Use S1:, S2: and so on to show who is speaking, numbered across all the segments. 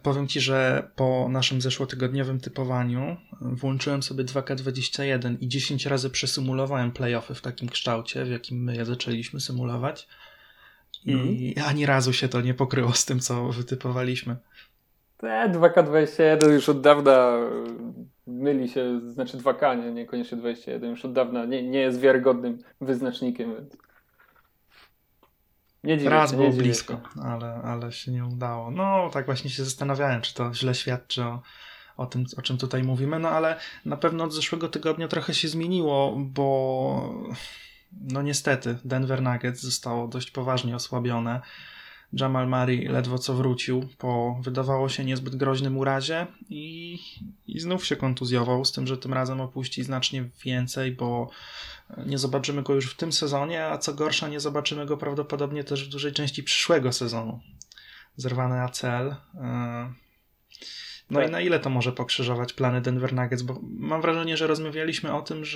S1: Powiem Ci, że po naszym zeszłotygodniowym typowaniu włączyłem sobie 2K21 i 10 razy przesymulowałem playoffy w takim kształcie, w jakim my je zaczęliśmy symulować. I ani razu się to nie pokryło z tym, co wytypowaliśmy.
S2: Te 2K21 już od dawna myli się, znaczy 2K, niekoniecznie 21, już od dawna nie jest wiarygodnym wyznacznikiem, więc
S1: Raz
S2: nie
S1: było
S2: dziwię się.
S1: blisko, ale się nie udało. No, tak właśnie się zastanawiałem, czy to źle świadczy o tym, o czym tutaj mówimy, no ale na pewno od zeszłego tygodnia trochę się zmieniło, bo no niestety Denver Nuggets zostało dość poważnie osłabione. Jamal Murray ledwo co wrócił po wydawało się niezbyt groźnym urazie i znów się kontuzjował, z tym, że tym razem opuści znacznie więcej, bo nie zobaczymy go już w tym sezonie, a co gorsza nie zobaczymy go prawdopodobnie też w dużej części przyszłego sezonu. Zerwany ACL. No i
S2: Tak.
S1: na ile to może pokrzyżować plany Denver Nuggets, bo mam wrażenie, że rozmawialiśmy o tym,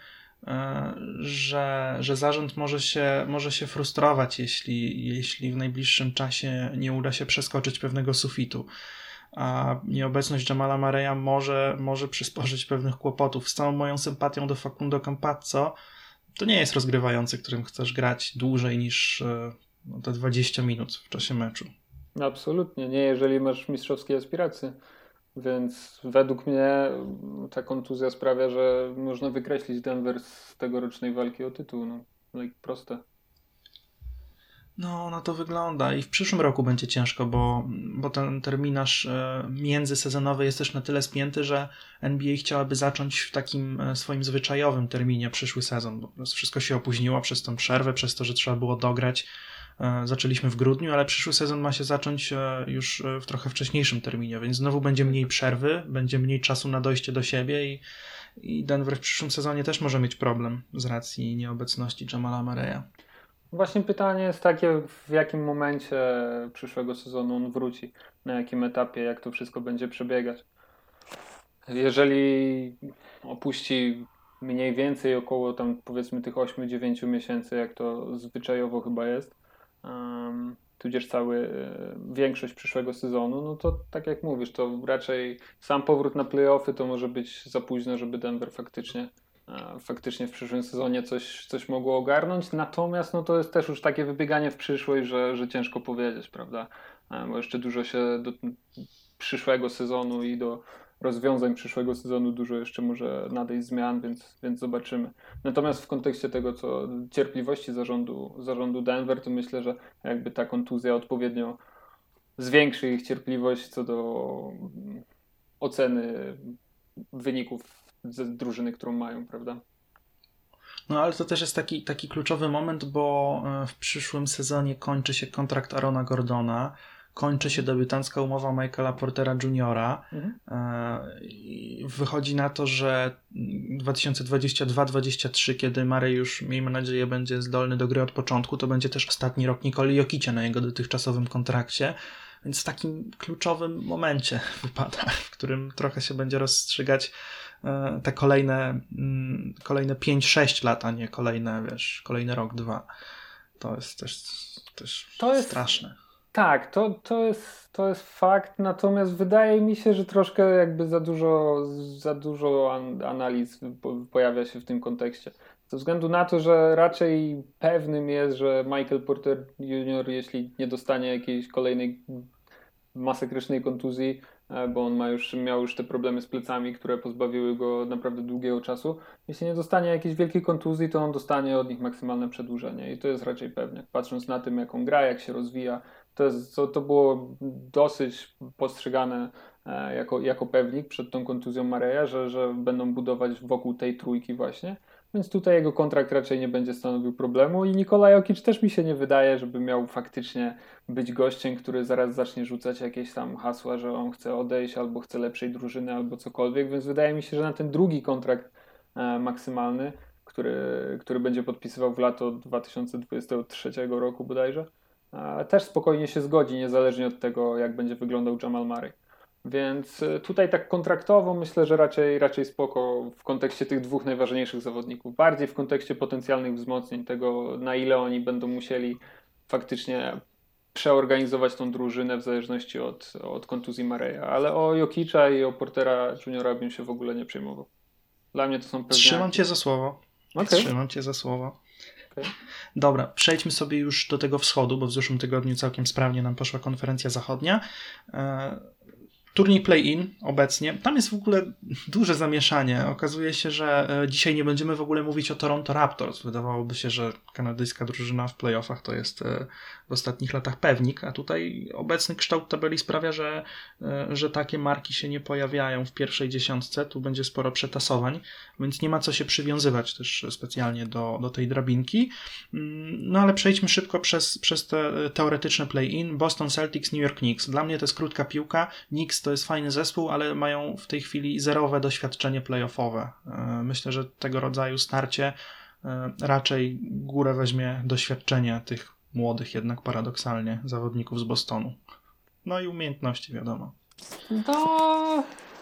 S1: że zarząd może się frustrować, jeśli w najbliższym czasie nie uda się przeskoczyć pewnego sufitu. A nieobecność Jamala Murraya może przysporzyć pewnych kłopotów. Z całą moją sympatią do Facundo Campazzo, to nie jest rozgrywający, którym chcesz grać dłużej niż te 20 minut w czasie meczu.
S2: Absolutnie, nie jeżeli masz mistrzowskie aspiracje. Więc według mnie ta kontuzja sprawia, że można wykreślić Denver z tegorocznej walki o tytuł. No i proste.
S1: No, na to wygląda i w przyszłym roku będzie ciężko, bo ten terminarz międzysezonowy jest też na tyle spięty, że NBA chciałaby zacząć w takim swoim zwyczajowym terminie przyszły sezon. Bo wszystko się opóźniło przez tą przerwę, przez to, że trzeba było dograć. Zaczęliśmy w grudniu, ale przyszły sezon ma się zacząć już w trochę wcześniejszym terminie, więc znowu będzie mniej przerwy, będzie mniej czasu na dojście do siebie i Denver w przyszłym sezonie też może mieć problem z racji nieobecności Jamala Murraya.
S2: Właśnie pytanie jest takie, w jakim momencie przyszłego sezonu on wróci, na jakim etapie, jak to wszystko będzie przebiegać. Jeżeli opuści mniej więcej około tam powiedzmy tych 8-9 miesięcy, jak to zwyczajowo chyba jest, tudzież większość przyszłego sezonu, no to tak jak mówisz, to raczej sam powrót na playoffy to może być za późno, żeby Denver faktycznie w przyszłym sezonie coś mogło ogarnąć. Natomiast no to jest też już takie wybieganie w przyszłość, że ciężko powiedzieć, prawda? Bo jeszcze dużo się do przyszłego sezonu i do rozwiązań przyszłego sezonu dużo jeszcze może nadejść zmian, więc zobaczymy. Natomiast w kontekście tego, co cierpliwości zarządu Denver, to myślę, że jakby ta kontuzja odpowiednio zwiększy ich cierpliwość co do oceny wyników ze drużyny, którą mają, prawda?
S1: No ale to też jest taki kluczowy moment, bo w przyszłym sezonie kończy się kontrakt Arona Gordona, kończy się debiutancka umowa Michaela Portera Jr.
S2: Mhm.
S1: Wychodzi na to, że 2022-2023, kiedy Murray już, miejmy nadzieję, będzie zdolny do gry od początku, to będzie też ostatni rok Nikoli Jokicia na jego dotychczasowym kontrakcie. Więc w takim kluczowym momencie wypada, w którym trochę się będzie rozstrzygać te kolejne 5-6 lat, a nie kolejny rok, dwa. To jest też
S2: To jest
S1: straszne.
S2: Tak, to jest fakt, natomiast wydaje mi się, że troszkę jakby za dużo analiz pojawia się w tym kontekście. Ze względu na to, że raczej pewnym jest, że Michael Porter Jr., jeśli nie dostanie jakiejś kolejnej masakrycznej kontuzji, bo on miał już te problemy z plecami, które pozbawiły go naprawdę długiego czasu. Jeśli nie dostanie jakiejś wielkiej kontuzji, to on dostanie od nich maksymalne przedłużenie i to jest raczej pewne. Patrząc na tym, jak on gra, jak się rozwija, to było dosyć postrzegane jako pewnik przed tą kontuzją Mareja, że będą budować wokół tej trójki właśnie. Więc tutaj jego kontrakt raczej nie będzie stanowił problemu i Nikola Jokic też mi się nie wydaje, żeby miał faktycznie być gościem, który zaraz zacznie rzucać jakieś tam hasła, że on chce odejść, albo chce lepszej drużyny, albo cokolwiek, więc wydaje mi się, że na ten drugi kontrakt maksymalny, który będzie podpisywał w lato 2023 roku bodajże, też spokojnie się zgodzi, niezależnie od tego, jak będzie wyglądał Jamal Murray. Więc tutaj tak kontraktowo myślę, że raczej spoko w kontekście tych dwóch najważniejszych zawodników. Bardziej w kontekście potencjalnych wzmocnień, tego na ile oni będą musieli faktycznie przeorganizować tą drużynę w zależności od kontuzji Murraya. Ale o Jokicza i o Portera Juniora bym się w ogóle nie przejmował. Dla mnie to są pewniaki.
S1: Trzymam cię za słowo.
S2: Okay.
S1: Trzymam cię za słowo.
S2: Okay.
S1: Dobra, przejdźmy sobie już do tego wschodu, bo w zeszłym tygodniu całkiem sprawnie nam poszła konferencja zachodnia. Turniej play-in obecnie. Tam jest w ogóle duże zamieszanie. Okazuje się, że dzisiaj nie będziemy w ogóle mówić o Toronto Raptors. Wydawałoby się, że kanadyjska drużyna w playoffach to jest w ostatnich latach pewnik, a tutaj obecny kształt tabeli sprawia, że takie marki się nie pojawiają w pierwszej dziesiątce. Tu będzie sporo przetasowań, więc nie ma co się przywiązywać też specjalnie do tej drabinki. No ale przejdźmy szybko przez te teoretyczne play-in. Boston Celtics, New York Knicks. Dla mnie to jest krótka piłka. Knicks to jest fajny zespół, ale mają w tej chwili zerowe doświadczenie playoffowe. Myślę, że tego rodzaju starcie raczej górę weźmie doświadczenie tych młodych jednak paradoksalnie zawodników z Bostonu. No i umiejętności, wiadomo.
S2: No...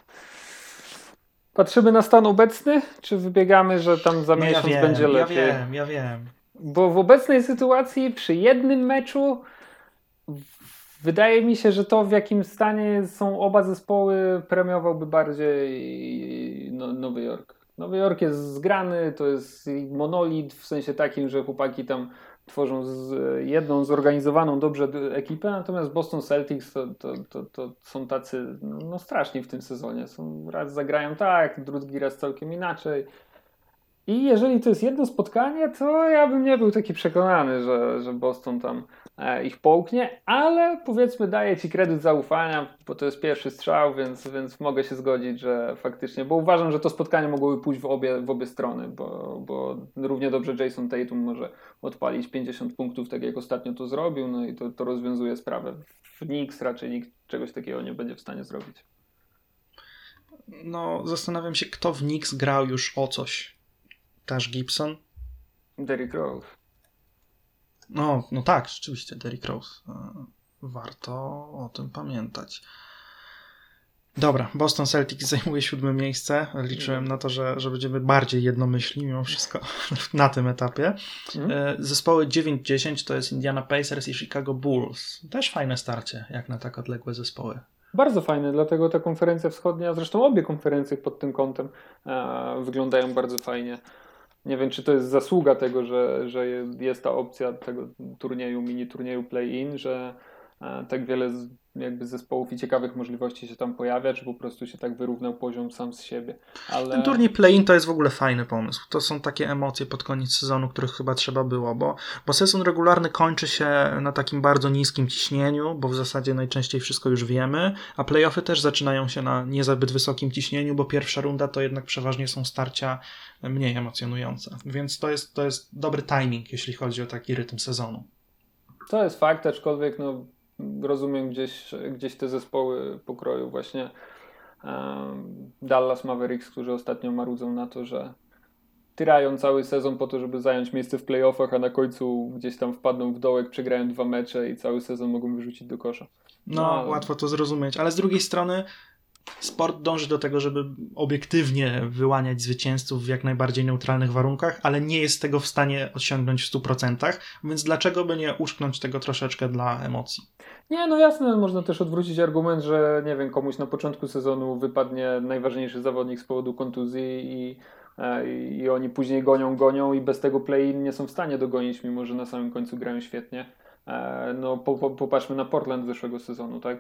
S2: Patrzymy na stan obecny, czy wybiegamy, że tam za miesiąc będzie lepiej?
S1: Ja wiem.
S2: Bo w obecnej sytuacji przy jednym meczu wydaje mi się, że to w jakim stanie są oba zespoły premiowałby bardziej Nowy Jork. Nowy Jork jest zgrany, to jest monolit w sensie takim, że chłopaki tam tworzą jedną zorganizowaną dobrze ekipę, natomiast Boston Celtics to są tacy straszni w tym sezonie. Raz zagrają tak, drugi raz całkiem inaczej. I jeżeli to jest jedno spotkanie, to ja bym nie był taki przekonany, że Boston tam ich połknie, ale powiedzmy daję ci kredyt zaufania, bo to jest pierwszy strzał, więc mogę się zgodzić, że faktycznie, bo uważam, że to spotkanie mogłoby pójść w obie strony, bo równie dobrze Jason Tatum może odpalić 50 punktów, tak jak ostatnio to zrobił, no i to rozwiązuje sprawę. W Knicks raczej nikt czegoś takiego nie będzie w stanie zrobić.
S1: No, zastanawiam się, kto w Knicks grał już o coś. Tash Gibson?
S2: Derrick Rose.
S1: No tak, rzeczywiście, Derrick Rose. Warto o tym pamiętać. Dobra, Boston Celtics zajmuje 7. miejsce. Liczyłem na to, że będziemy bardziej jednomyślni mimo wszystko na tym etapie. Zespoły 9-10 to jest Indiana Pacers i Chicago Bulls. Też fajne starcie, jak na tak odległe zespoły.
S2: Bardzo fajne, dlatego ta konferencja wschodnia, zresztą obie konferencje pod tym kątem wyglądają bardzo fajnie. Nie wiem, czy to jest zasługa tego, że jest ta opcja tego turnieju, mini turnieju play-in, że tak wiele jakby zespołów i ciekawych możliwości się tam pojawia, czy po prostu się tak wyrównał poziom sam z siebie. Ale...
S1: Ten turniej play-in to jest w ogóle fajny pomysł. To są takie emocje pod koniec sezonu, których chyba trzeba było, bo sezon regularny kończy się na takim bardzo niskim ciśnieniu, bo w zasadzie najczęściej wszystko już wiemy, a play-offy też zaczynają się na niezbyt wysokim ciśnieniu, bo pierwsza runda to jednak przeważnie są starcia mniej emocjonujące. Więc to jest dobry timing, jeśli chodzi o taki rytm sezonu.
S2: To jest fakt, aczkolwiek rozumiem gdzieś te zespoły pokroju właśnie Dallas Mavericks, którzy ostatnio marudzą na to, że tyrają cały sezon po to, żeby zająć miejsce w playoffach, a na końcu gdzieś tam wpadną w dołek, przegrają 2 mecze i cały sezon mogą wyrzucić do kosza.
S1: Łatwo to zrozumieć, ale z drugiej strony sport dąży do tego, żeby obiektywnie wyłaniać zwycięzców w jak najbardziej neutralnych warunkach, ale nie jest tego w stanie osiągnąć w 100%, więc dlaczego by nie uszknąć tego troszeczkę dla emocji?
S2: Nie, jasne, można też odwrócić argument, że nie wiem, komuś na początku sezonu wypadnie najważniejszy zawodnik z powodu kontuzji i oni później gonią i bez tego play-in nie są w stanie dogonić, mimo że na samym końcu grają świetnie. Popatrzmy na Portland zeszłego sezonu, tak?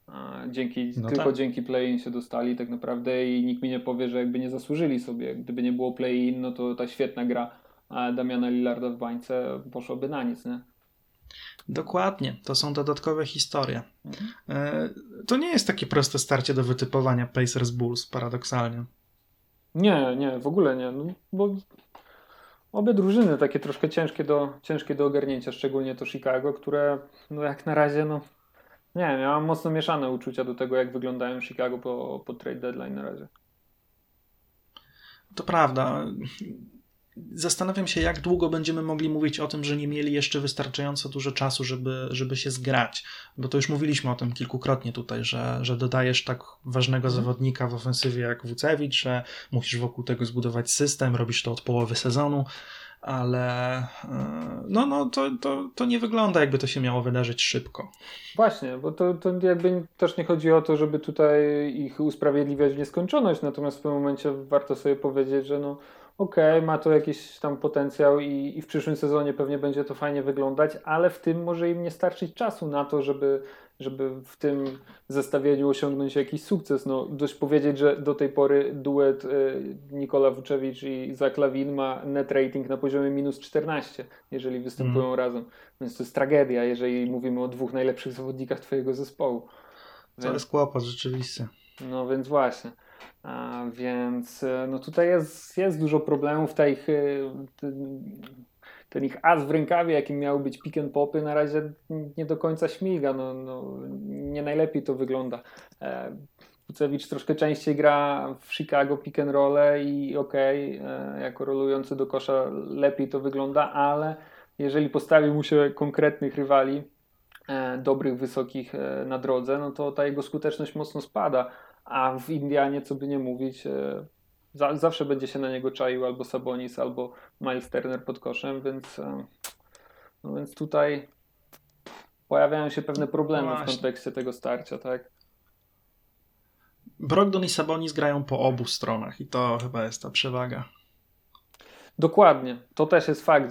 S2: Dzięki play-in się dostali tak naprawdę i nikt mi nie powie, że jakby nie zasłużyli sobie. Gdyby nie było play-in, no to ta świetna gra Damiana Lillarda w bańce poszłaby na nic, nie?
S1: Dokładnie, to są dodatkowe historie. To nie jest takie proste starcie do wytypowania Pacers Bulls, paradoksalnie.
S2: Nie, w ogóle nie. Bo obie drużyny takie troszkę ciężkie do ogarnięcia, szczególnie to Chicago, które jak na razie ja mam mocno mieszane uczucia do tego, jak wyglądają Chicago po trade deadline na razie.
S1: To prawda. Zastanawiam się, jak długo będziemy mogli mówić o tym, że nie mieli jeszcze wystarczająco dużo czasu, żeby się zgrać. Bo to już mówiliśmy o tym kilkukrotnie tutaj, że dodajesz tak ważnego zawodnika w ofensywie jak Wucewicz, że musisz wokół tego zbudować system, robisz to od połowy sezonu. ale to nie wygląda, jakby to się miało wydarzyć szybko.
S2: Właśnie, bo to jakby też nie chodzi o to, żeby tutaj ich usprawiedliwiać w nieskończoność, natomiast w tym momencie warto sobie powiedzieć, że no okej, ma to jakiś tam potencjał i w przyszłym sezonie pewnie będzie to fajnie wyglądać, ale w tym może im nie starczyć czasu na to, żeby w tym zestawieniu osiągnąć jakiś sukces. No, dość powiedzieć, że do tej pory duet Nikola Vucevic i Zach LaVine ma net rating na poziomie -14, jeżeli występują razem. Więc to jest tragedia, jeżeli mówimy o dwóch najlepszych zawodnikach twojego zespołu.
S1: To jest kłopot rzeczywiście.
S2: No więc właśnie. Więc no tutaj jest dużo problemów. Ten ich as w rękawie, jakim miały być pick and popy, na razie nie do końca śmiga. Nie najlepiej to wygląda. Vucevic troszkę częściej gra w Chicago pick and rolle i jako rolujący do kosza lepiej to wygląda, ale jeżeli postawi mu się konkretnych rywali, dobrych, wysokich na drodze, no to ta jego skuteczność mocno spada, a w Indianie, co by nie mówić, zawsze będzie się na niego czaił albo Sabonis, albo Miles Turner pod koszem, więc tutaj pojawiają się pewne problemy w kontekście tego starcia, tak?
S1: Brogdon i Sabonis grają po obu stronach i to chyba jest ta przewaga.
S2: Dokładnie. To też jest fakt,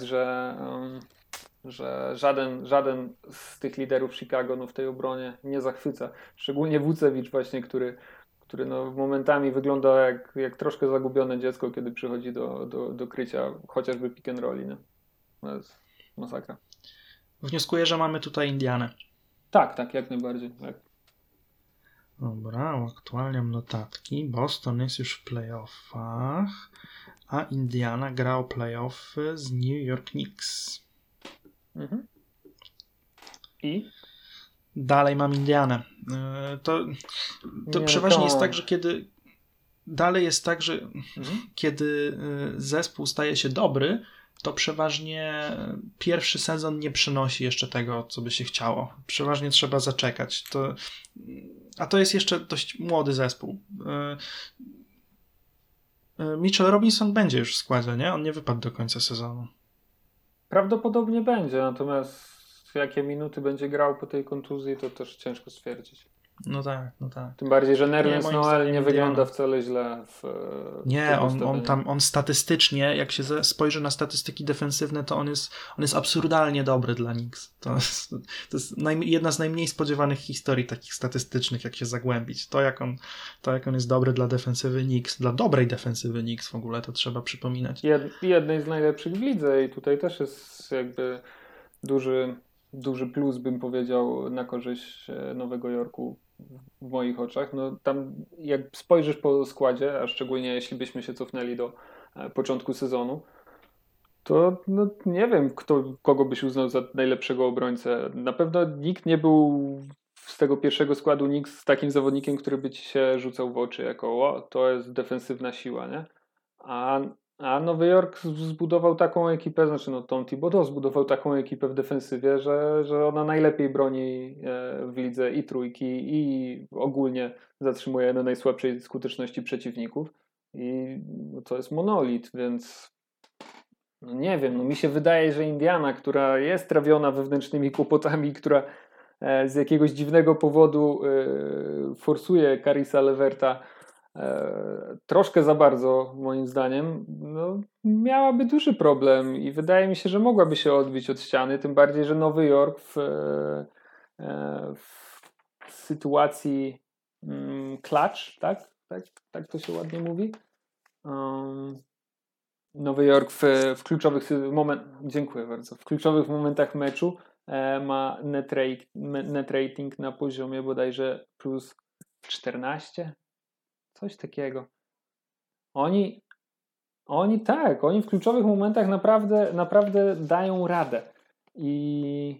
S2: że żaden z tych liderów Chicago w tej obronie nie zachwyca. Szczególnie Vucevic właśnie, który momentami wygląda jak troszkę zagubione dziecko, kiedy przychodzi do krycia chociażby pick and rolli. Nie? To jest masakra.
S1: Wnioskuję, że mamy tutaj Indianę.
S2: Tak, jak najbardziej. Tak.
S1: Dobra, uaktualniam notatki. Boston jest już w playoffach, a Indiana gra o playoffy z New York Knicks.
S2: Mhm. I?
S1: Dalej mam Indianę. To przeważnie jest tak, że kiedy zespół staje się dobry, to przeważnie pierwszy sezon nie przynosi jeszcze tego, co by się chciało. Przeważnie trzeba zaczekać. A to jest jeszcze dość młody zespół. Mitchell Robinson będzie już w składzie, nie? On nie wypadł do końca sezonu.
S2: Prawdopodobnie będzie, natomiast jakie minuty będzie grał po tej kontuzji, to też ciężko stwierdzić.
S1: No tak.
S2: Tym bardziej, że Nerlens Noel nie wygląda wcale źle.
S1: On statystycznie, jak się spojrzy na statystyki defensywne, to on jest absurdalnie dobry dla Knicks. To jest jedna z najmniej spodziewanych historii takich statystycznych, jak się zagłębić. To jak on jest dobry dla defensywy Knicks, dla dobrej defensywy Knicks w ogóle, to trzeba przypominać.
S2: Jednej z najlepszych w lidze i tutaj też jest jakby duży plus, bym powiedział, na korzyść Nowego Jorku w moich oczach. No tam jak spojrzysz po składzie, a szczególnie jeśli byśmy się cofnęli do początku sezonu, to nie wiem, kogo byś uznał za najlepszego obrońcę. Na pewno nikt nie był z tego pierwszego składu Knicks takim zawodnikiem, który by ci się rzucał w oczy jako to jest defensywna siła, nie? A Nowy Jork zbudował taką ekipę, Tom Thibodeau zbudował taką ekipę w defensywie, że ona najlepiej broni w lidze i trójki i ogólnie zatrzymuje na najsłabszej skuteczności przeciwników i to jest monolit, więc nie wiem, mi się wydaje, że Indiana, która jest trawiona wewnętrznymi kłopotami, która z jakiegoś dziwnego powodu forsuje Carisa Leverta troszkę za bardzo, moim zdaniem, miałaby duży problem i wydaje mi się, że mogłaby się odbić od ściany, tym bardziej, że Nowy Jork w sytuacji clutch, tak to się ładnie mówi, Nowy Jork w kluczowych dziękuję bardzo, w kluczowych momentach meczu ma net rating na poziomie bodajże +14, coś takiego. Oni w kluczowych momentach naprawdę dają radę. I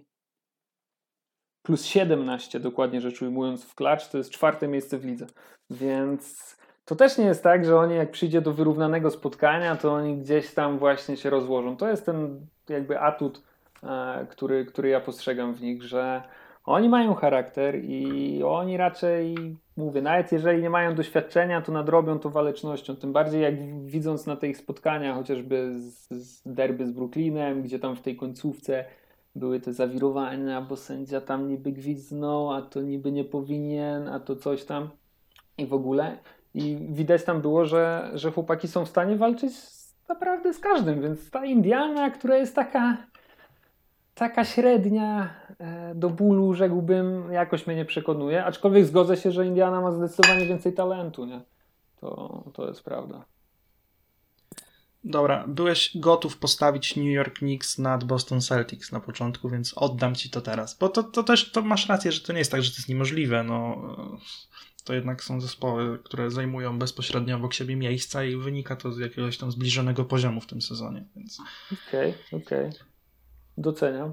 S2: +17 dokładnie rzecz ujmując w klacz, to jest 4. miejsce w lidze. Więc to też nie jest tak, że oni jak przyjdzie do wyrównanego spotkania, to oni gdzieś tam właśnie się rozłożą. To jest ten jakby atut, który ja postrzegam w nich, że Oni mają charakter i oni raczej, mówię, nawet jeżeli nie mają doświadczenia, to nadrobią to walecznością. Tym bardziej jak widząc na tych spotkaniach, chociażby z derby z Brooklynem, gdzie tam w tej końcówce były te zawirowania, bo sędzia tam niby gwizdnął, a to niby nie powinien, a to coś tam i w ogóle. I widać tam było, że chłopaki są w stanie walczyć naprawdę z każdym, więc ta Indiana, która jest taka średnia do bólu, rzekłbym, jakoś mnie nie przekonuje, aczkolwiek zgodzę się, że Indiana ma zdecydowanie więcej talentu, nie? To jest prawda.
S1: Dobra, byłeś gotów postawić New York Knicks nad Boston Celtics na początku, więc oddam ci to teraz. Bo to też to masz rację, że to nie jest tak, że to jest niemożliwe. No, to jednak są zespoły, które zajmują bezpośrednio obok siebie miejsca i wynika to z jakiegoś tam zbliżonego poziomu w tym sezonie. Więc...
S2: Okej. Doceniam.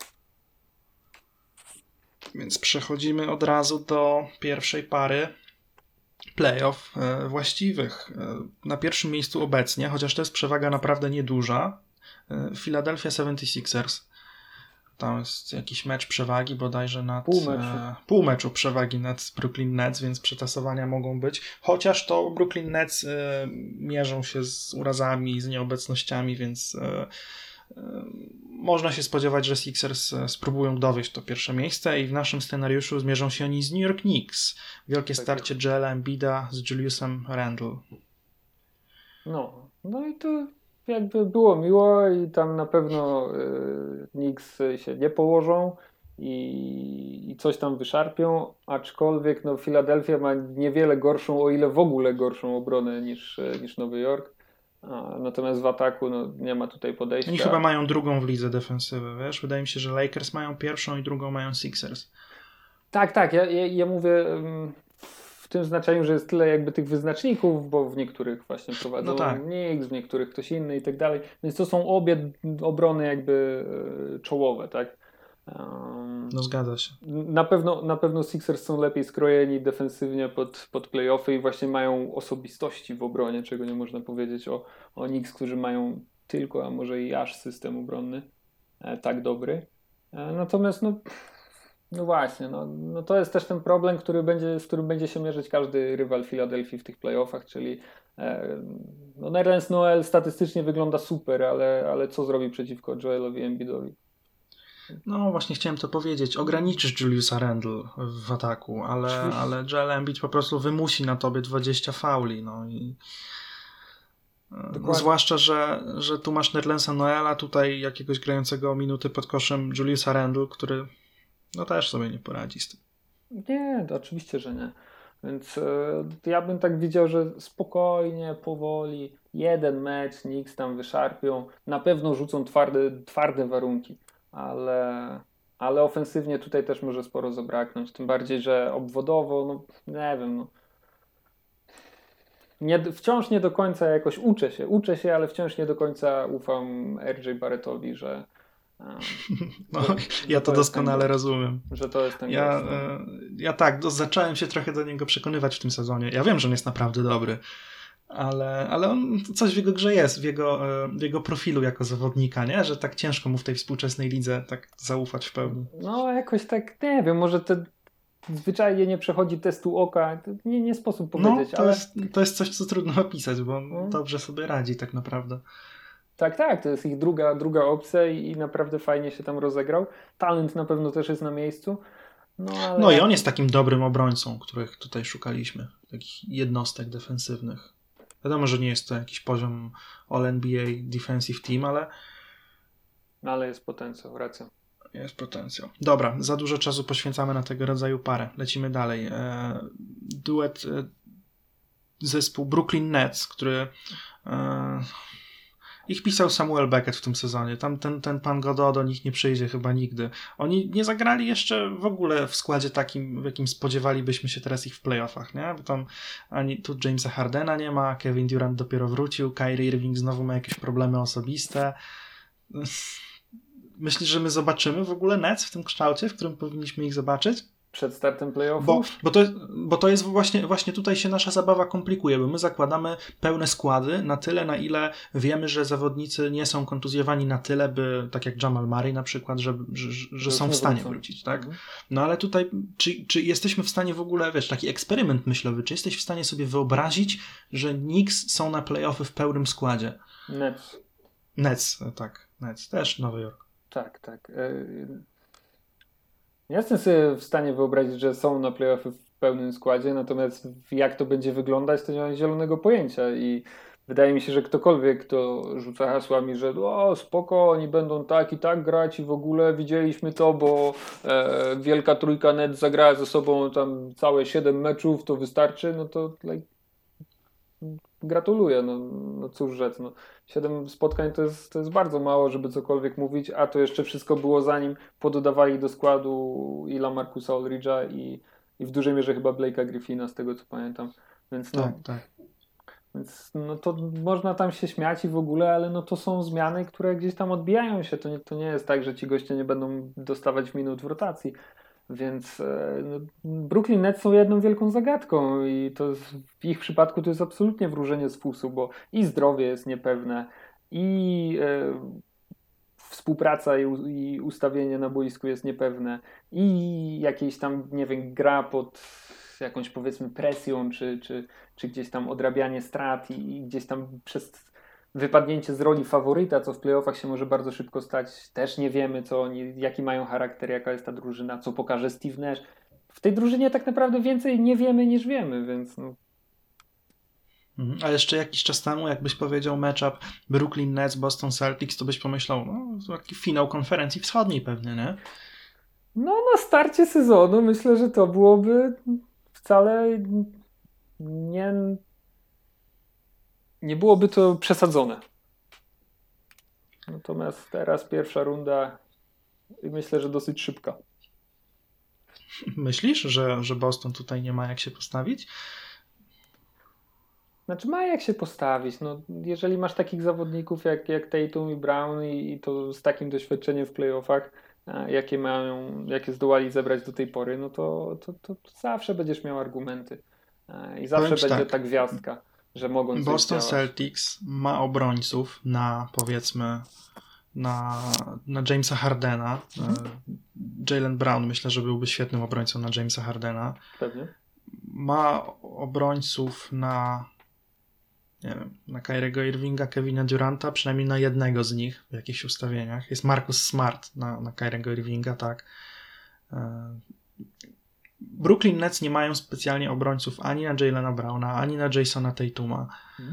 S1: Więc przechodzimy od razu do pierwszej pary playoff właściwych. Na pierwszym miejscu obecnie, chociaż to jest przewaga naprawdę nieduża, Philadelphia 76ers. Tam jest jakiś mecz przewagi bodajże nad... Pół meczu przewagi nad Brooklyn Nets, więc przetasowania mogą być. Chociaż to Brooklyn Nets mierzą się z urazami, z nieobecnościami, więc można się spodziewać, że Sixers spróbują dowieść to pierwsze miejsce i w naszym scenariuszu zmierzą się oni z New York Knicks. Wielkie starcie Joela Embida z Juliusem Randle.
S2: No i to jakby było miło i tam na pewno Knicks się nie położą i coś tam wyszarpią, aczkolwiek no Philadelphia ma niewiele gorszą, o ile w ogóle gorszą obronę niż Nowy Jork. Natomiast w ataku nie ma tutaj podejścia.
S1: Oni chyba mają drugą w lidze defensywę, wiesz? Wydaje mi się, że Lakers mają pierwszą i drugą mają Sixers.
S2: Tak. Ja mówię w tym znaczeniu, że jest tyle jakby tych wyznaczników, bo w niektórych właśnie prowadzą Knicks, w niektórych ktoś inny i tak dalej. Więc to są obie obrony jakby czołowe, tak?
S1: No zgadza się.
S2: Na pewno Sixers są lepiej skrojeni defensywnie pod playoffy i właśnie mają osobistości w obronie, czego nie można powiedzieć o Knicks, którzy mają tylko, a może i aż system obronny tak dobry. Natomiast no właśnie, no to jest też ten problem, z którym będzie się mierzyć każdy rywal Filadelfii w tych playoffach, czyli Nerlens Noel statystycznie wygląda super, ale co zrobi przeciwko Joelowi Embiidowi?
S1: No właśnie chciałem to powiedzieć. Ograniczysz Juliusa Randle w ataku, ale Joel Embiid po prostu wymusi na tobie 20 fauli. No i zwłaszcza, że tu masz Nerlensa Noela, tutaj jakiegoś grającego minuty pod koszem Juliusa Randle, który no też sobie nie poradzi z tym.
S2: Nie, to oczywiście, że nie. Więc ja bym tak widział, że spokojnie, powoli, jeden mecz, Knicks tam wyszarpią, na pewno rzucą twarde warunki, ale ofensywnie tutaj też może sporo zabraknąć, tym bardziej, że obwodowo, nie wiem, wciąż nie do końca jakoś uczę się, ale wciąż nie do końca ufam RJ Barrettowi, że
S1: ja to doskonale rozumiem.
S2: Że to jest ten
S1: ja tak, zacząłem się trochę do niego przekonywać w tym sezonie. Ja wiem, że on jest naprawdę dobry, ale on, coś w jego grze jest, w jego profilu jako zawodnika, nie? Że tak ciężko mu w tej współczesnej lidze tak zaufać w pełni.
S2: No jakoś tak, nie wiem, może zwyczajnie nie przechodzi testu oka, nie sposób powiedzieć.
S1: To jest coś, co trudno opisać, bo dobrze sobie radzi tak naprawdę.
S2: Tak, to jest ich druga opcja i naprawdę fajnie się tam rozegrał. Talent na pewno też jest na miejscu.
S1: No i on jest takim dobrym obrońcą, których tutaj szukaliśmy. Takich jednostek defensywnych. Wiadomo, że nie jest to jakiś poziom All-NBA Defensive Team,
S2: ale jest potencjał, racja.
S1: Jest potencjał. Dobra, za dużo czasu poświęcamy na tego rodzaju parę. Lecimy dalej. Duet zespół Brooklyn Nets, który ich pisał Samuel Beckett w tym sezonie. Tam ten pan Godot do nich nie przyjdzie chyba nigdy. Oni nie zagrali jeszcze w ogóle w składzie takim, w jakim spodziewalibyśmy się teraz ich w playoffach, nie? Bo tam ani tu Jamesa Hardena nie ma, Kevin Durant dopiero wrócił, Kyrie Irving znowu ma jakieś problemy osobiste. Myślisz, że my zobaczymy w ogóle Nets w tym kształcie, w którym powinniśmy ich zobaczyć?
S2: Przed startem
S1: Bo,
S2: playoffów?
S1: bo to jest właśnie tutaj się nasza zabawa komplikuje, bo my zakładamy pełne składy na tyle, na ile wiemy, że zawodnicy nie są kontuzjowani na tyle, by, tak jak Jamal Murray na przykład, że
S2: Że już
S1: są w
S2: nie
S1: stanie
S2: wrócą.
S1: wrócić, tak?
S2: Mhm.
S1: No ale tutaj, czy jesteśmy w stanie w ogóle, wiesz, taki eksperyment myślowy, czy jesteś w stanie sobie wyobrazić, że Knicks są na playoffy w pełnym składzie?
S2: Nets.
S1: Nets, tak, Nets, też Nowy Jork.
S2: Tak, tak. Ja jestem sobie w stanie wyobrazić, że są na playoffy w pełnym składzie, natomiast jak to będzie wyglądać, to nie mam zielonego pojęcia i wydaje mi się, że ktokolwiek, kto rzuca hasłami, że o spoko, oni będą tak i tak grać i w ogóle widzieliśmy to, bo Wielka Trójka Net zagrała ze sobą tam całe 7 meczów, to wystarczy, no to gratuluję, no cóż rzec, no. 7 spotkań to jest bardzo mało, żeby cokolwiek mówić, a to jeszcze wszystko było zanim pododawali do składu i Lamarcusa Aldridge'a i w dużej mierze chyba Blake'a Griffina, z tego co pamiętam. Więc
S1: Tak, tak.
S2: więc no to można tam się śmiać i w ogóle, ale no to są zmiany, które gdzieś tam odbijają się. To nie jest tak, że ci goście nie będą dostawać minut w rotacji. Więc no, Brooklyn Nets są jedną wielką zagadką i w ich przypadku to jest absolutnie wróżenie z fusu, bo i zdrowie jest niepewne, i współpraca i ustawienie na boisku jest niepewne, i jakieś tam, nie wiem, gra pod jakąś powiedzmy presją, czy gdzieś tam odrabianie strat i gdzieś tam przez wypadnięcie z roli faworyta, co w playoffach się może bardzo szybko stać. Też nie wiemy, co oni, jaki mają charakter, jaka jest ta drużyna, co pokaże Steve Nash. W tej drużynie tak naprawdę więcej nie wiemy niż wiemy, więc no.
S1: A jeszcze jakiś czas temu, jakbyś powiedział matchup Brooklyn Nets, Boston Celtics, to byś pomyślał, no, to taki finał konferencji wschodniej pewnie, nie?
S2: No, na starcie sezonu myślę, że to byłoby wcale nie, nie byłoby to przesadzone. Natomiast teraz pierwsza runda i myślę, że dosyć szybka.
S1: Myślisz, że Boston tutaj nie ma jak się postawić?
S2: Znaczy ma jak się postawić. No, jeżeli masz takich zawodników jak Tatum i Brown i to z takim doświadczeniem w playoffach, jakie zdołali zebrać do tej pory, no to zawsze będziesz miał argumenty. I zawsze
S1: Powiem ci
S2: będzie ta
S1: tak,
S2: gwiazdka, że mogą coś
S1: Boston
S2: działać.
S1: Celtics ma obrońców na, powiedzmy, na Jamesa Hardena. Jaylen Brown myślę, że byłby świetnym obrońcą na Jamesa Hardena.
S2: Pewnie.
S1: Ma obrońców na, nie wiem, na Kyriego Irvinga, Kevina Duranta, przynajmniej na jednego z nich w jakichś ustawieniach. Jest Marcus Smart na Kyriego Irvinga, tak. Brooklyn Nets nie mają specjalnie obrońców ani na Jaylena Browna, ani na Jasona Tatuma.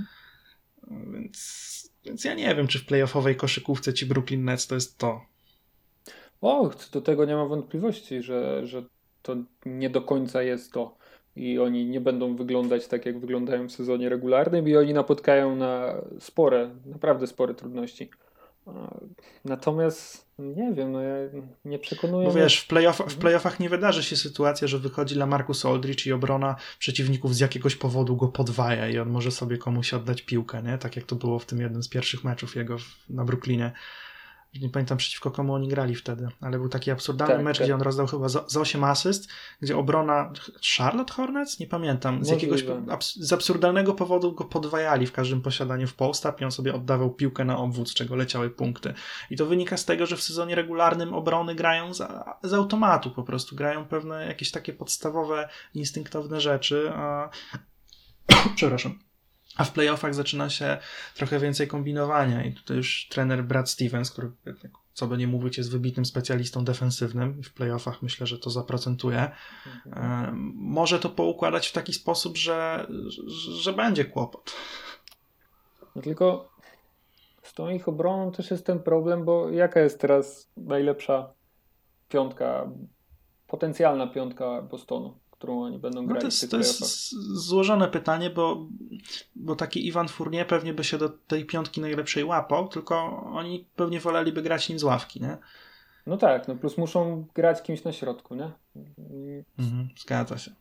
S1: Więc ja nie wiem, czy w playoffowej koszykówce ci Brooklyn Nets to jest to.
S2: O, do tego nie ma wątpliwości, że to nie do końca jest to. I oni nie będą wyglądać tak, jak wyglądają w sezonie regularnym i oni napotkają na naprawdę spore trudności. Natomiast nie wiem, no ja nie przekonuję
S1: Bo
S2: mnie.
S1: wiesz, w playoffach nie wydarzy się sytuacja, że wychodzi Lamarcus Aldridge i obrona przeciwników z jakiegoś powodu go podwaja i on może sobie komuś oddać piłkę, nie? Tak jak to było w tym jednym z pierwszych meczów jego na Brooklynie. Nie pamiętam przeciwko komu oni grali wtedy, ale był taki absurdalny mecz,
S2: Tak.
S1: gdzie on rozdał chyba z 8 asyst, gdzie obrona Charlotte Hornets? Nie pamiętam. Z absurdalnego powodu go podwajali w każdym posiadaniu w post-up i on sobie oddawał piłkę na obwód, z czego leciały punkty. I to wynika z tego, że w sezonie regularnym obrony grają z automatu po prostu. Grają pewne jakieś takie podstawowe, instynktowne rzeczy, przepraszam. A w playoffach zaczyna się trochę więcej kombinowania i tutaj już trener Brad Stevens, który, co by nie mówić, jest wybitnym specjalistą defensywnym i w playoffach myślę, że to zaprocentuje. Może to poukładać w taki sposób, że będzie kłopot.
S2: No tylko z tą ich obroną też jest ten problem, bo jaka jest teraz najlepsza piątka, potencjalna piątka Bostonu, którą oni będą grali w tych
S1: To
S2: playoffach?
S1: jest złożone pytanie, bo taki Iwan Fournier pewnie by się do tej piątki najlepszej łapał, tylko oni pewnie woleliby grać nim z ławki, nie?
S2: No tak, no plus muszą grać kimś na środku, nie?
S1: Zgadza się.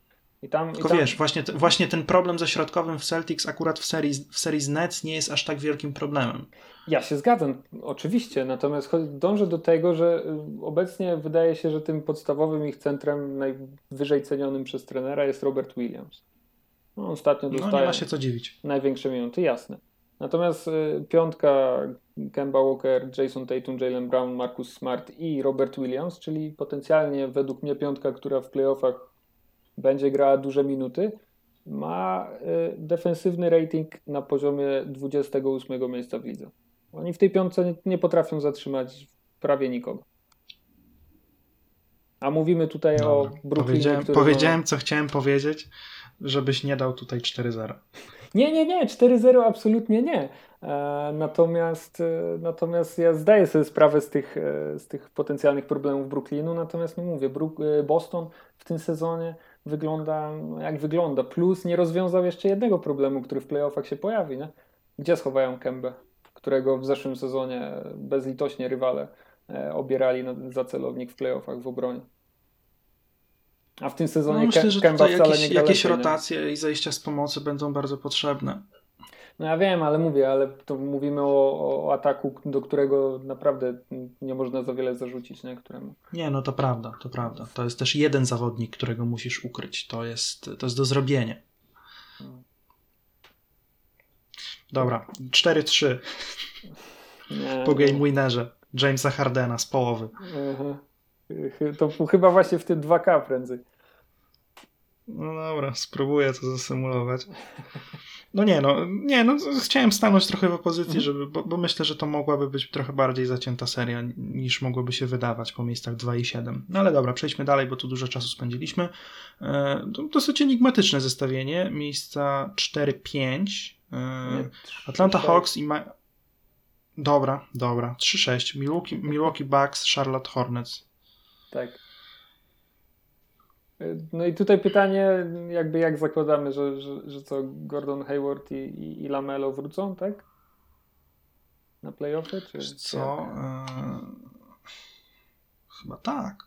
S1: Tylko wiesz, właśnie ten problem ze środkowym w Celtics akurat w serii z Nets nie jest aż tak wielkim problemem.
S2: Ja się zgadzam, oczywiście, natomiast dążę do tego, że obecnie wydaje się, że tym podstawowym ich centrem najwyżej cenionym przez trenera jest Robert Williams. No, ostatnio dostaje
S1: nie ma się co dziwić.
S2: największe minuty, jasne. Natomiast piątka Kemba Walker, Jason Tatum, Jaylen Brown, Marcus Smart i Robert Williams, czyli potencjalnie według mnie piątka, która w playoffach będzie grała duże minuty, ma defensywny rating na poziomie 28 miejsca w lidze. Oni w tej piątce nie potrafią zatrzymać prawie nikogo. A mówimy tutaj o Brooklynie,
S1: Powiedziałem, co chciałem powiedzieć, żebyś nie dał tutaj 4-0.
S2: Nie, 4-0 absolutnie nie. Natomiast ja zdaję sobie sprawę z tych potencjalnych problemów Brooklynu, natomiast mówię, Boston w tym sezonie wygląda jak wygląda. Plus nie rozwiązał jeszcze jednego problemu, który w playoffach się pojawi. Nie? Gdzie schowają Kembę, którego w zeszłym sezonie bezlitośnie rywale obierali za celownik w playoffach w obronie. A w tym sezonie
S1: myślę, że
S2: Kemba wcale nie gra
S1: jakieś
S2: lepiej,
S1: rotacje i zajścia z pomocy będą bardzo potrzebne.
S2: No ja wiem, ale to mówimy o ataku, do którego naprawdę nie można za wiele zarzucić, nie? Któremu.
S1: Nie, to prawda. To jest też jeden zawodnik, którego musisz ukryć. To jest do zrobienia. Dobra, 4-3 po game winnerze Jamesa Hardena z połowy.
S2: To chyba właśnie w tym 2K prędzej.
S1: No dobra, spróbuję to zasymulować. Chciałem stanąć trochę w opozycji, bo myślę, że to mogłaby być trochę bardziej zacięta seria niż mogłoby się wydawać po miejscach 2 i 7. No ale dobra, przejdźmy dalej, bo tu dużo czasu spędziliśmy. Dosyć enigmatyczne zestawienie. Miejsca 4-5. Atlanta Hawks i... Dobra. 3-6. Milwaukee Bucks, Charlotte Hornets.
S2: Tak. No i tutaj pytanie, jak zakładamy, że co, Gordon Hayward i LaMelo wrócą, tak? Na playoffy? Czy
S1: co? Chyba tak.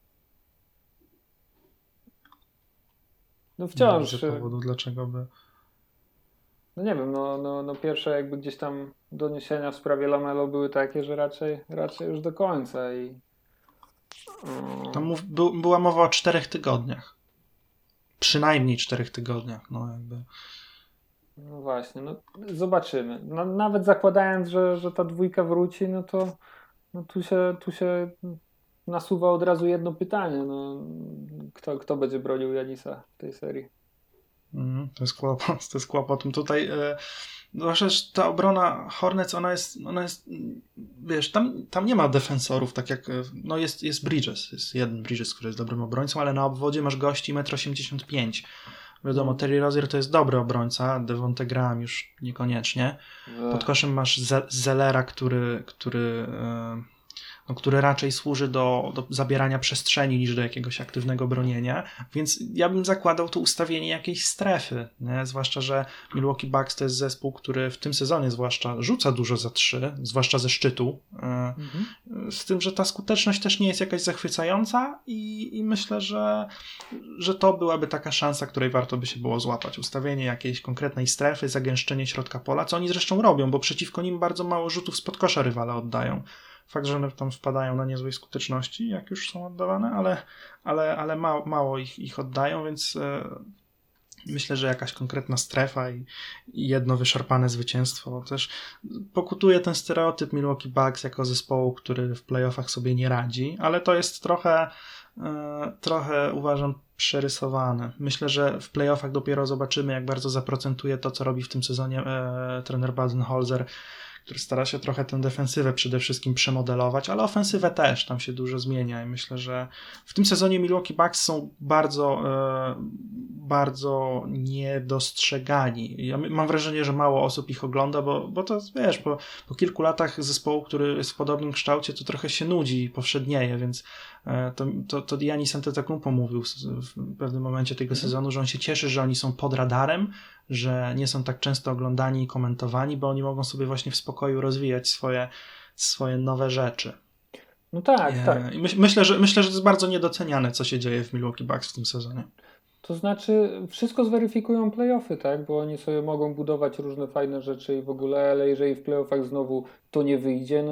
S2: No wciąż.
S1: Nie widzę powodu, dlaczego by...
S2: No nie wiem, no pierwsze jakby gdzieś tam doniesienia w sprawie LaMelo były takie, że raczej już do końca i...
S1: Tam była mowa o 4 tygodniach. Przynajmniej 4 tygodniach.
S2: No właśnie, zobaczymy. Nawet zakładając, że ta dwójka wróci, to tu się nasuwa od razu jedno pytanie. Kto będzie bronił Janisa w tej serii?
S1: To jest kłopot. Tutaj zwłaszcza, że ta obrona Hornets, ona jest wiesz, tam nie ma defensorów, tak jak, jest Bridges, jest jeden Bridges, który jest dobrym obrońcą, ale na obwodzie masz gości 1,85 m. Wiadomo, Terry Rozier to jest dobry obrońca, Devonte Graham już niekoniecznie. Pod koszem masz Zellera, który raczej służy do zabierania przestrzeni niż do jakiegoś aktywnego bronienia, więc ja bym zakładał tu ustawienie jakiejś strefy, nie? Zwłaszcza, że Milwaukee Bucks to jest zespół, który w tym sezonie zwłaszcza rzuca dużo za 3, zwłaszcza ze szczytu, z tym, że ta skuteczność też nie jest jakaś zachwycająca i myślę, że to byłaby taka szansa, której warto by się było złapać. Ustawienie jakiejś konkretnej strefy, zagęszczenie środka pola, co oni zresztą robią, bo przeciwko nim bardzo mało rzutów spod kosza rywale oddają. Fakt, że one tam wpadają na niezłej skuteczności, jak już są oddawane, ale mało ich oddają, więc myślę, że jakaś konkretna strefa i jedno wyszarpane zwycięstwo. Też pokutuje ten stereotyp Milwaukee Bucks jako zespołu, który w playoffach sobie nie radzi, ale to jest trochę uważam przerysowane. Myślę, że w playoffach dopiero zobaczymy, jak bardzo zaprocentuje to, co robi w tym sezonie trener Budenholzer, który stara się trochę tę defensywę przede wszystkim przemodelować, ale ofensywę też, tam się dużo zmienia i myślę, że w tym sezonie Milwaukee Bucks są bardzo niedostrzegani. Ja mam wrażenie, że mało osób ich ogląda, bo to wiesz, po kilku latach zespołu, który jest w podobnym kształcie, to trochę się nudzi i powszednieje, więc to Giannis Antetokounmpo mówił w pewnym momencie tego sezonu, że on się cieszy, że oni są pod radarem, że nie są tak często oglądani i komentowani, bo oni mogą sobie właśnie w spokoju rozwijać swoje nowe rzeczy.
S2: No tak, tak.
S1: I myślę, że to jest bardzo niedoceniane, co się dzieje w Milwaukee Bucks w tym sezonie.
S2: To znaczy, wszystko zweryfikują playoffy, tak? Bo oni sobie mogą budować różne fajne rzeczy i w ogóle, ale jeżeli w playoffach znowu to nie wyjdzie,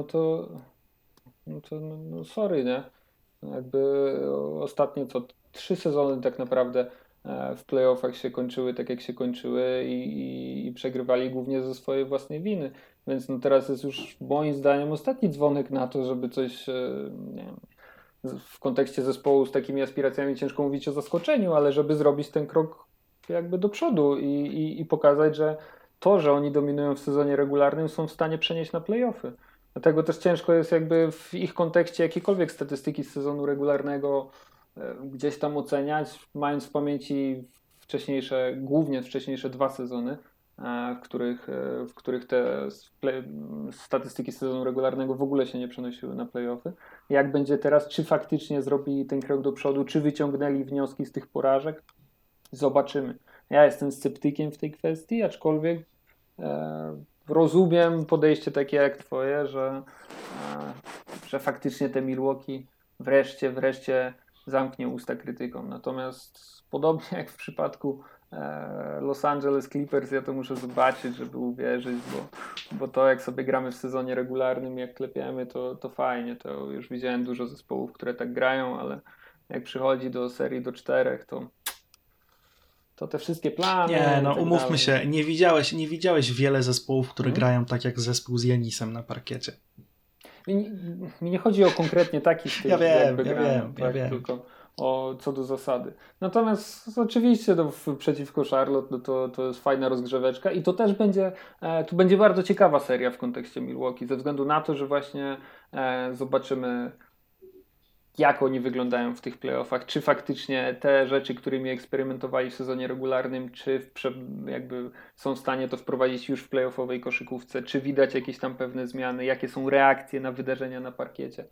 S2: no sorry, nie? Jakby ostatnie 3 sezony tak naprawdę w playoffach się kończyły tak jak się kończyły i przegrywali głównie ze swojej własnej winy. Więc no teraz jest już moim zdaniem ostatni dzwonek na to, żeby coś, nie wiem, w kontekście zespołu z takimi aspiracjami ciężko mówić o zaskoczeniu, ale żeby zrobić ten krok jakby do przodu i pokazać, że to, że oni dominują w sezonie regularnym, są w stanie przenieść na playoffy. Dlatego też ciężko jest jakby w ich kontekście jakiekolwiek statystyki z sezonu regularnego gdzieś tam oceniać, mając w pamięci głównie wcześniejsze 2 sezony, w których te statystyki z sezonu regularnego w ogóle się nie przenosiły na playoffy. Jak będzie teraz, czy faktycznie zrobili ten krok do przodu, czy wyciągnęli wnioski z tych porażek? Zobaczymy. Ja jestem sceptykiem w tej kwestii, aczkolwiek rozumiem podejście takie jak twoje, że faktycznie te Milwaukee wreszcie zamknie usta krytykom. Natomiast podobnie jak w przypadku Los Angeles Clippers, ja to muszę zobaczyć, żeby uwierzyć, bo to jak sobie gramy w sezonie regularnym, jak klepiemy, to fajnie. To już widziałem dużo zespołów, które tak grają, ale jak przychodzi do serii do 4, to te wszystkie plany.
S1: Nie,
S2: i
S1: no
S2: tak
S1: umówmy
S2: dalej.
S1: się, nie widziałeś wiele zespołów, które grają tak jak zespół z Janisem na parkiecie.
S2: Mi nie chodzi o konkretnie taki styl,
S1: Ja wiem,
S2: jakby
S1: ja
S2: grania,
S1: wiem,
S2: tak?
S1: ja wiem.
S2: Tylko co do zasady. Natomiast oczywiście przeciwko Charlotte to jest fajna rozgrzeweczka i to też tu będzie bardzo ciekawa seria w kontekście Milwaukee, ze względu na to, że właśnie zobaczymy, jak oni wyglądają w tych playoffach, czy faktycznie te rzeczy, którymi eksperymentowali w sezonie regularnym, jakby są w stanie to wprowadzić już w playoffowej koszykówce, czy widać jakieś tam pewne zmiany, jakie są reakcje na wydarzenia na parkiecie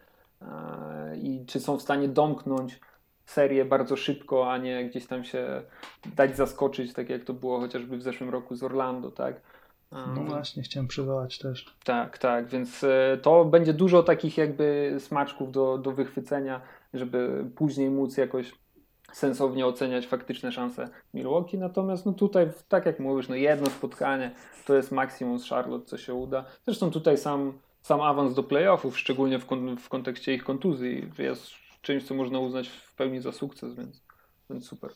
S2: i czy są w stanie domknąć serię bardzo szybko, a nie gdzieś tam się dać zaskoczyć, tak jak to było chociażby w zeszłym roku z Orlando, tak?
S1: No właśnie, chciałem przywołać też.
S2: Tak, więc to będzie dużo takich jakby smaczków do wychwycenia, żeby później móc jakoś sensownie oceniać faktyczne szanse Milwaukee. Natomiast no tutaj, tak jak mówisz, no jedno spotkanie to jest maksimum z Charlotte, co się uda. Zresztą tutaj sam awans do playoffów, szczególnie w kontekście ich kontuzji, jest czymś, co można uznać w pełni za sukces, więc super.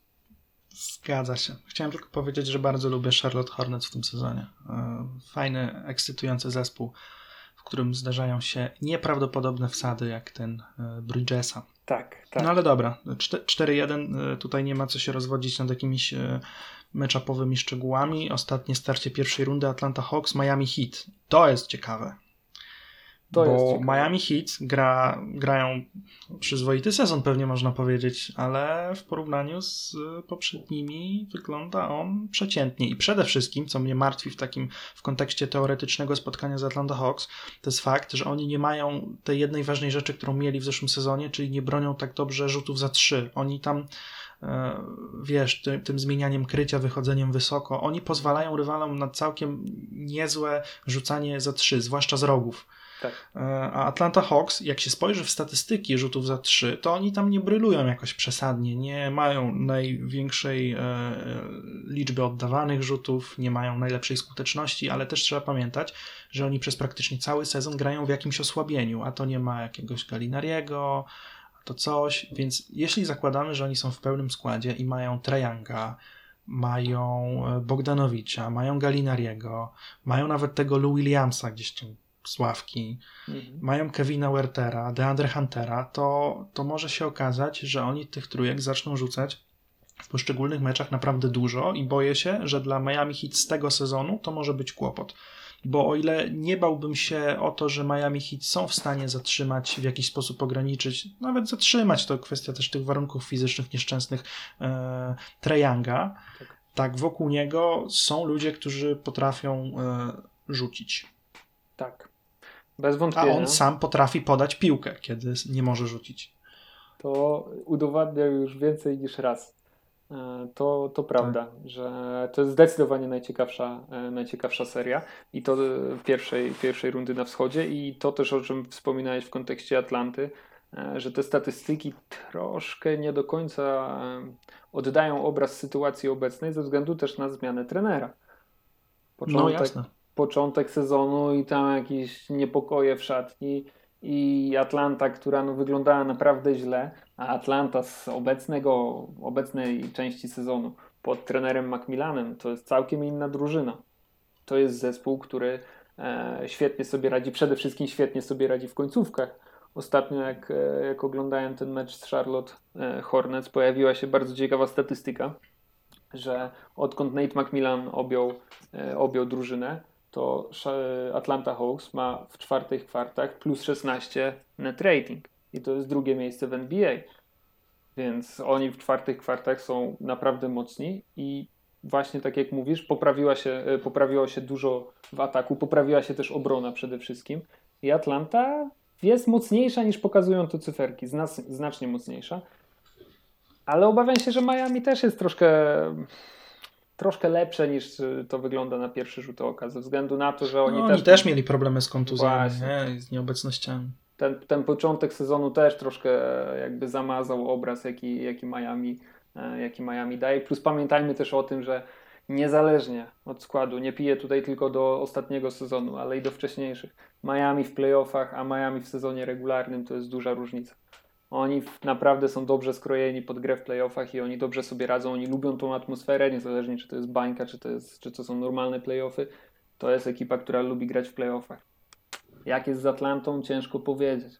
S1: Zgadza się. Chciałem tylko powiedzieć, że bardzo lubię Charlotte Hornets w tym sezonie. Fajny, ekscytujący zespół, w którym zdarzają się nieprawdopodobne wsady, jak ten Bridgesa.
S2: Tak.
S1: No ale dobra, 4-1, tutaj nie ma co się rozwodzić nad jakimiś matchupowymi szczegółami. Ostatnie starcie pierwszej rundy Atlanta Hawks, Miami Heat. To jest ciekawe. Bo Miami Heat grają przyzwoity sezon, pewnie można powiedzieć, ale w porównaniu z poprzednimi wygląda on przeciętnie. I przede wszystkim, co mnie martwi w kontekście teoretycznego spotkania z Atlanta Hawks, to jest fakt, że oni nie mają tej jednej ważnej rzeczy, którą mieli w zeszłym sezonie, czyli nie bronią tak dobrze rzutów za 3. Oni tam, wiesz, tym zmienianiem krycia, wychodzeniem wysoko, oni pozwalają rywalom na całkiem niezłe rzucanie za 3, zwłaszcza z rogów.
S2: Tak.
S1: A Atlanta Hawks, jak się spojrzy w statystyki rzutów za 3, to oni tam nie brylują jakoś przesadnie, nie mają największej liczby oddawanych rzutów, nie mają najlepszej skuteczności, ale też trzeba pamiętać, że oni przez praktycznie cały sezon grają w jakimś osłabieniu, a to nie ma jakiegoś Gallinariego, to coś, więc jeśli zakładamy, że oni są w pełnym składzie i mają Trae Younga, mają Bogdanowicza, mają Gallinariego, mają nawet tego Lou Williamsa gdzieś tam z ławki, mają Kevina Wertera, DeAndre Huntera, to może się okazać, że oni tych trójek zaczną rzucać w poszczególnych meczach naprawdę dużo i boję się, że dla Miami Heat z tego sezonu to może być kłopot. Bo o ile nie bałbym się o to, że Miami Heat są w stanie zatrzymać, w jakiś sposób ograniczyć, nawet zatrzymać, to kwestia też tych warunków fizycznych nieszczęsnych Trae Younga, tak wokół niego są ludzie, którzy potrafią rzucić.
S2: Tak. Bez wątpienia.
S1: A on sam potrafi podać piłkę, kiedy nie może rzucić.
S2: To udowadnia już więcej niż raz. To prawda, że to jest zdecydowanie najciekawsza seria i to pierwszej rundy na wschodzie i to też, o czym wspominałeś w kontekście Atlanty, że te statystyki troszkę nie do końca oddają obraz sytuacji obecnej ze względu też na zmianę trenera.
S1: No jasne.
S2: Początek sezonu i tam jakieś niepokoje w szatni i Atlanta, która wyglądała naprawdę źle, a Atlanta z obecnej części sezonu pod trenerem McMillanem to jest całkiem inna drużyna. To jest zespół, który świetnie sobie radzi, przede wszystkim świetnie sobie radzi w końcówkach. Ostatnio jak oglądałem ten mecz z Charlotte Hornets, pojawiła się bardzo ciekawa statystyka, że odkąd Nate McMillan objął drużynę, to Atlanta Hawks ma w czwartych kwartach plus 16 net rating i to jest drugie miejsce w NBA. Więc oni w czwartych kwartach są naprawdę mocni i właśnie tak jak mówisz, poprawiło się dużo w ataku, poprawiła się też obrona przede wszystkim i Atlanta jest mocniejsza niż pokazują to cyferki, znacznie mocniejsza. Ale obawiam się, że Miami też jest troszkę lepsze niż to wygląda na pierwszy rzut oka, ze względu na to, że
S1: Oni też mieli problemy z kontuzjami,
S2: Właśnie.
S1: z nieobecnościami.
S2: Ten początek sezonu też troszkę jakby zamazał obraz, jaki Miami daje. Plus pamiętajmy też o tym, że niezależnie od składu, nie piję tutaj tylko do ostatniego sezonu, ale i do wcześniejszych. Miami w playoffach, a Miami w sezonie regularnym to jest duża różnica. Oni naprawdę są dobrze skrojeni pod grę w playoffach i oni dobrze sobie radzą, oni lubią tą atmosferę, niezależnie czy to jest bańka, czy to są normalne playoffy. To jest ekipa, która lubi grać w playoffach. Jak jest z Atlantą, ciężko powiedzieć.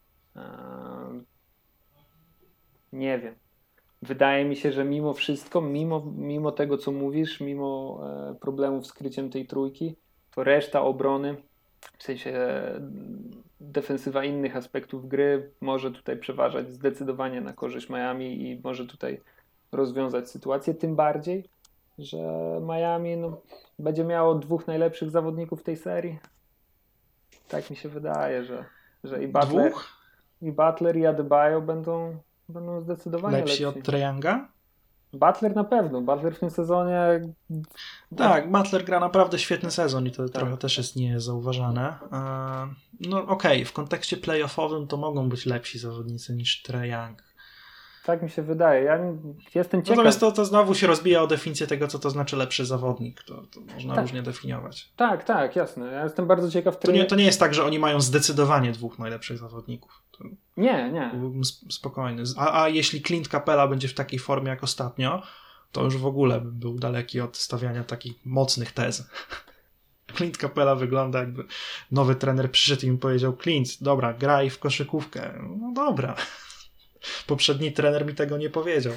S2: Nie wiem. Wydaje mi się, że mimo wszystko, mimo tego, co mówisz, mimo problemów z kryciem tej trójki, to reszta obrony, w sensie defensywa innych aspektów gry może tutaj przeważać zdecydowanie na korzyść Miami i może tutaj rozwiązać sytuację. Tym bardziej, że Miami będzie miało dwóch najlepszych zawodników tej serii. Tak mi się wydaje, że i Butler i Adebayo będą zdecydowanie
S1: Lepsi od Trae Younga?
S2: Butler na pewno. Butler w tym sezonie...
S1: Tak, Butler gra naprawdę świetny sezon i to
S2: Tak.
S1: trochę też jest niezauważane. No okej, w kontekście playoffowym to mogą być lepsi zawodnicy niż Trae Young.
S2: Tak mi się wydaje. Ja jestem ciekaw...
S1: Natomiast to znowu się rozbija o definicję tego, co to znaczy lepszy zawodnik. To można różnie definiować.
S2: Tak, jasne. Ja jestem bardzo ciekaw...
S1: To nie jest tak, że oni mają zdecydowanie dwóch najlepszych zawodników.
S2: Nie.
S1: Byłbym spokojny. A jeśli Clint Capela będzie w takiej formie jak ostatnio, to już w ogóle bym był daleki od stawiania takich mocnych tez. Clint Capela wygląda jakby nowy trener przyszedł i mi powiedział: Clint, dobra, graj w koszykówkę. No dobra. Poprzedni trener mi tego nie powiedział.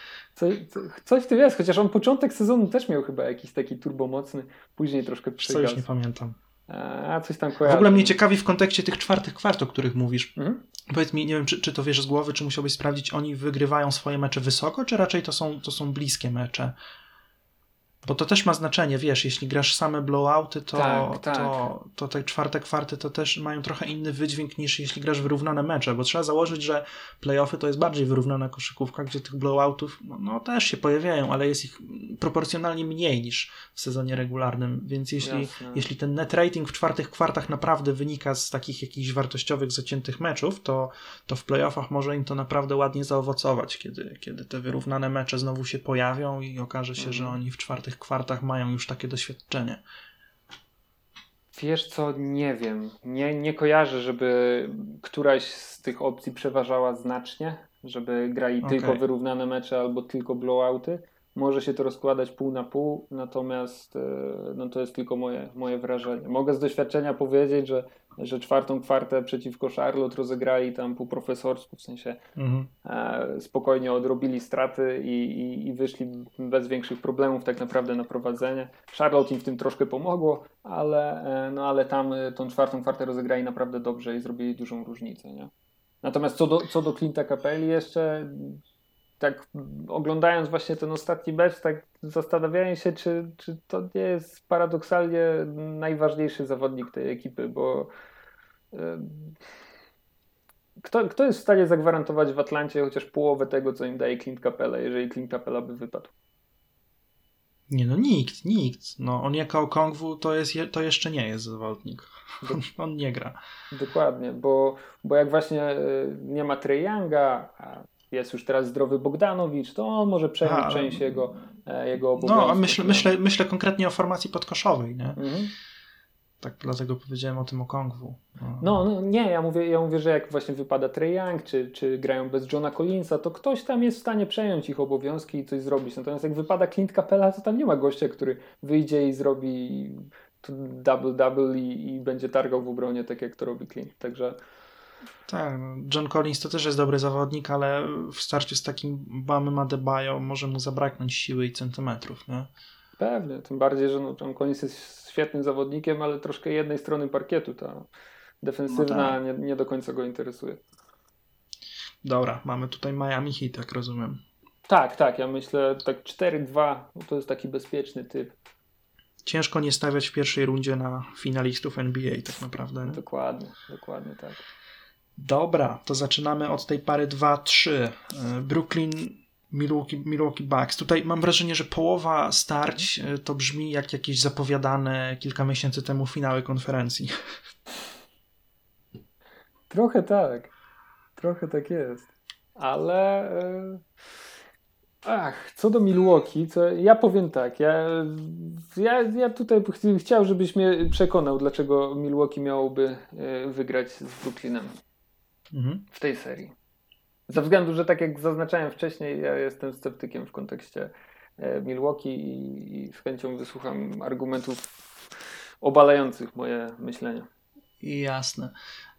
S2: Coś ty wiesz, chociaż on początek sezonu też miał chyba jakiś taki turbomocny, później troszkę
S1: Co
S2: przygasł.
S1: już nie pamiętam.
S2: A coś tam kojarzę.
S1: W ogóle mnie ciekawi w kontekście tych czwartych kwart, o których mówisz.
S2: Mhm.
S1: Powiedz mi, nie wiem, czy to wiesz z głowy, czy musiałbyś sprawdzić, oni wygrywają swoje mecze wysoko, czy raczej to są bliskie mecze? Bo to też ma znaczenie, wiesz, jeśli grasz same blowouty, to te czwarte kwarty to też mają trochę inny wydźwięk niż jeśli grasz wyrównane mecze, bo trzeba założyć, że playoffy to jest bardziej wyrównana koszykówka, gdzie tych blowoutów też się pojawiają, ale jest ich proporcjonalnie mniej niż w sezonie regularnym, więc jeśli ten net rating w czwartych kwartach naprawdę wynika z takich jakichś wartościowych, zaciętych meczów, to w playoffach może im to naprawdę ładnie zaowocować, kiedy te wyrównane mecze znowu się pojawią i okaże się, że oni w czwartych kwartach mają już takie doświadczenie.
S2: Wiesz co, nie wiem. Nie kojarzę, żeby któraś z tych opcji przeważała znacznie, żeby grali tylko wyrównane mecze albo tylko blowouty. Może się to rozkładać pół na pół, natomiast to jest tylko moje wrażenie. Mogę z doświadczenia powiedzieć, że czwartą kwartę przeciwko Charlotte rozegrali tam po profesorsku, w sensie spokojnie odrobili straty i wyszli bez większych problemów tak naprawdę na prowadzenie. Charlotte im w tym troszkę pomogło, ale tam tą czwartą kwartę rozegrali naprawdę dobrze i zrobili dużą różnicę. Nie? Natomiast co do Clint'a Capeli jeszcze, tak oglądając właśnie ten ostatni mecz, tak zastanawiałem się, czy to nie jest paradoksalnie najważniejszy zawodnik tej ekipy, bo kto jest w stanie zagwarantować w Atlancie chociaż połowę tego, co im daje Clint Capela, jeżeli Clint Capela by wypadł?
S1: Nie no, nikt. No, on jako Okongwu to jeszcze nie jest zawodnik. On nie gra.
S2: Dokładnie, bo jak właśnie nie ma Trae Younga, a jest już teraz zdrowy Bogdanowicz, to on może przejąć część jego obowiązków.
S1: No, myślę konkretnie o formacji podkoszowej, nie? Tak, dlatego powiedziałem o tym Okongwu.
S2: No, nie, ja mówię, że jak właśnie wypada Trae Young, czy grają bez Johna Collinsa, to ktoś tam jest w stanie przejąć ich obowiązki i coś zrobić. Natomiast jak wypada Clint Capela, to tam nie ma gościa, który wyjdzie i zrobi double i będzie targał w obronie, tak jak to robi Clint. Także...
S1: Tak, John Collins to też jest dobry zawodnik, ale w starciu z takim Bamem Adebayo może mu zabraknąć siły i centymetrów, nie?
S2: Pewnie, tym bardziej, że John Collins jest świetnym zawodnikiem, ale troszkę jednej strony parkietu, ta defensywna nie do końca go interesuje.
S1: Dobra, mamy tutaj Miami Heat, jak rozumiem.
S2: Tak, ja myślę tak 4-2, to jest taki bezpieczny typ.
S1: Ciężko nie stawiać w pierwszej rundzie na finalistów NBA tak naprawdę. Nie?
S2: Dokładnie tak.
S1: Dobra, to zaczynamy od tej pary 2-3. Brooklyn, Milwaukee Bucks. Tutaj mam wrażenie, że połowa starć to brzmi jak jakieś zapowiadane kilka miesięcy temu finały konferencji.
S2: Trochę tak jest. Ale co do Milwaukee, to ja powiem tak, ja tutaj chciał, żebyś mnie przekonał, dlaczego Milwaukee miałoby wygrać z Brooklynem w tej serii. Ze względu, że tak jak zaznaczałem wcześniej, ja jestem sceptykiem w kontekście Milwaukee i z chęcią wysłucham argumentów obalających moje myślenie.
S1: Jasne.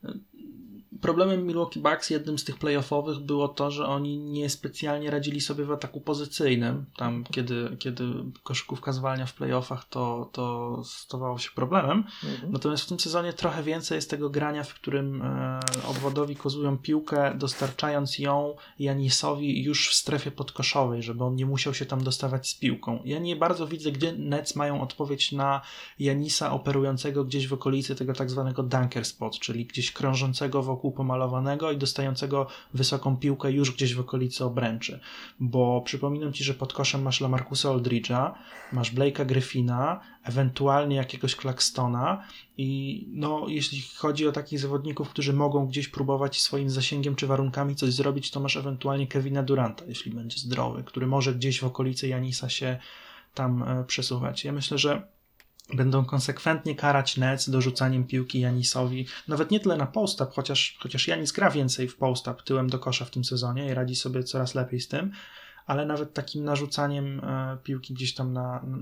S1: Problemem Milwaukee Bucks, jednym z tych playoffowych, było to, że oni niespecjalnie radzili sobie w ataku pozycyjnym. Tam, kiedy koszykówka zwalnia w playoffach, to stawało się problemem. Natomiast w tym sezonie trochę więcej jest tego grania, w którym obwodowi kozują piłkę, dostarczając ją Janisowi już w strefie podkoszowej, żeby on nie musiał się tam dostawać z piłką. Ja nie bardzo widzę, gdzie Nets mają odpowiedź na Janisa operującego gdzieś w okolicy tego tak zwanego dunker spot, czyli gdzieś krążącego wokół pomalowanego i dostającego wysoką piłkę już gdzieś w okolicy obręczy. Bo przypominam Ci, że pod koszem masz LaMarcusa Aldridge'a, masz Blake'a Griffina, ewentualnie jakiegoś Claxtona i no, jeśli chodzi o takich zawodników, którzy mogą gdzieś próbować swoim zasięgiem czy warunkami coś zrobić, to masz ewentualnie Kevina Duranta, jeśli będzie zdrowy, który może gdzieś w okolicy Janisa się tam przesuwać. Ja myślę, że będą konsekwentnie karać Nets dorzucaniem piłki Janisowi, nawet nie tyle na post-up, chociaż Janis gra więcej w post-up tyłem do kosza w tym sezonie i radzi sobie coraz lepiej z tym, ale nawet takim narzucaniem piłki gdzieś tam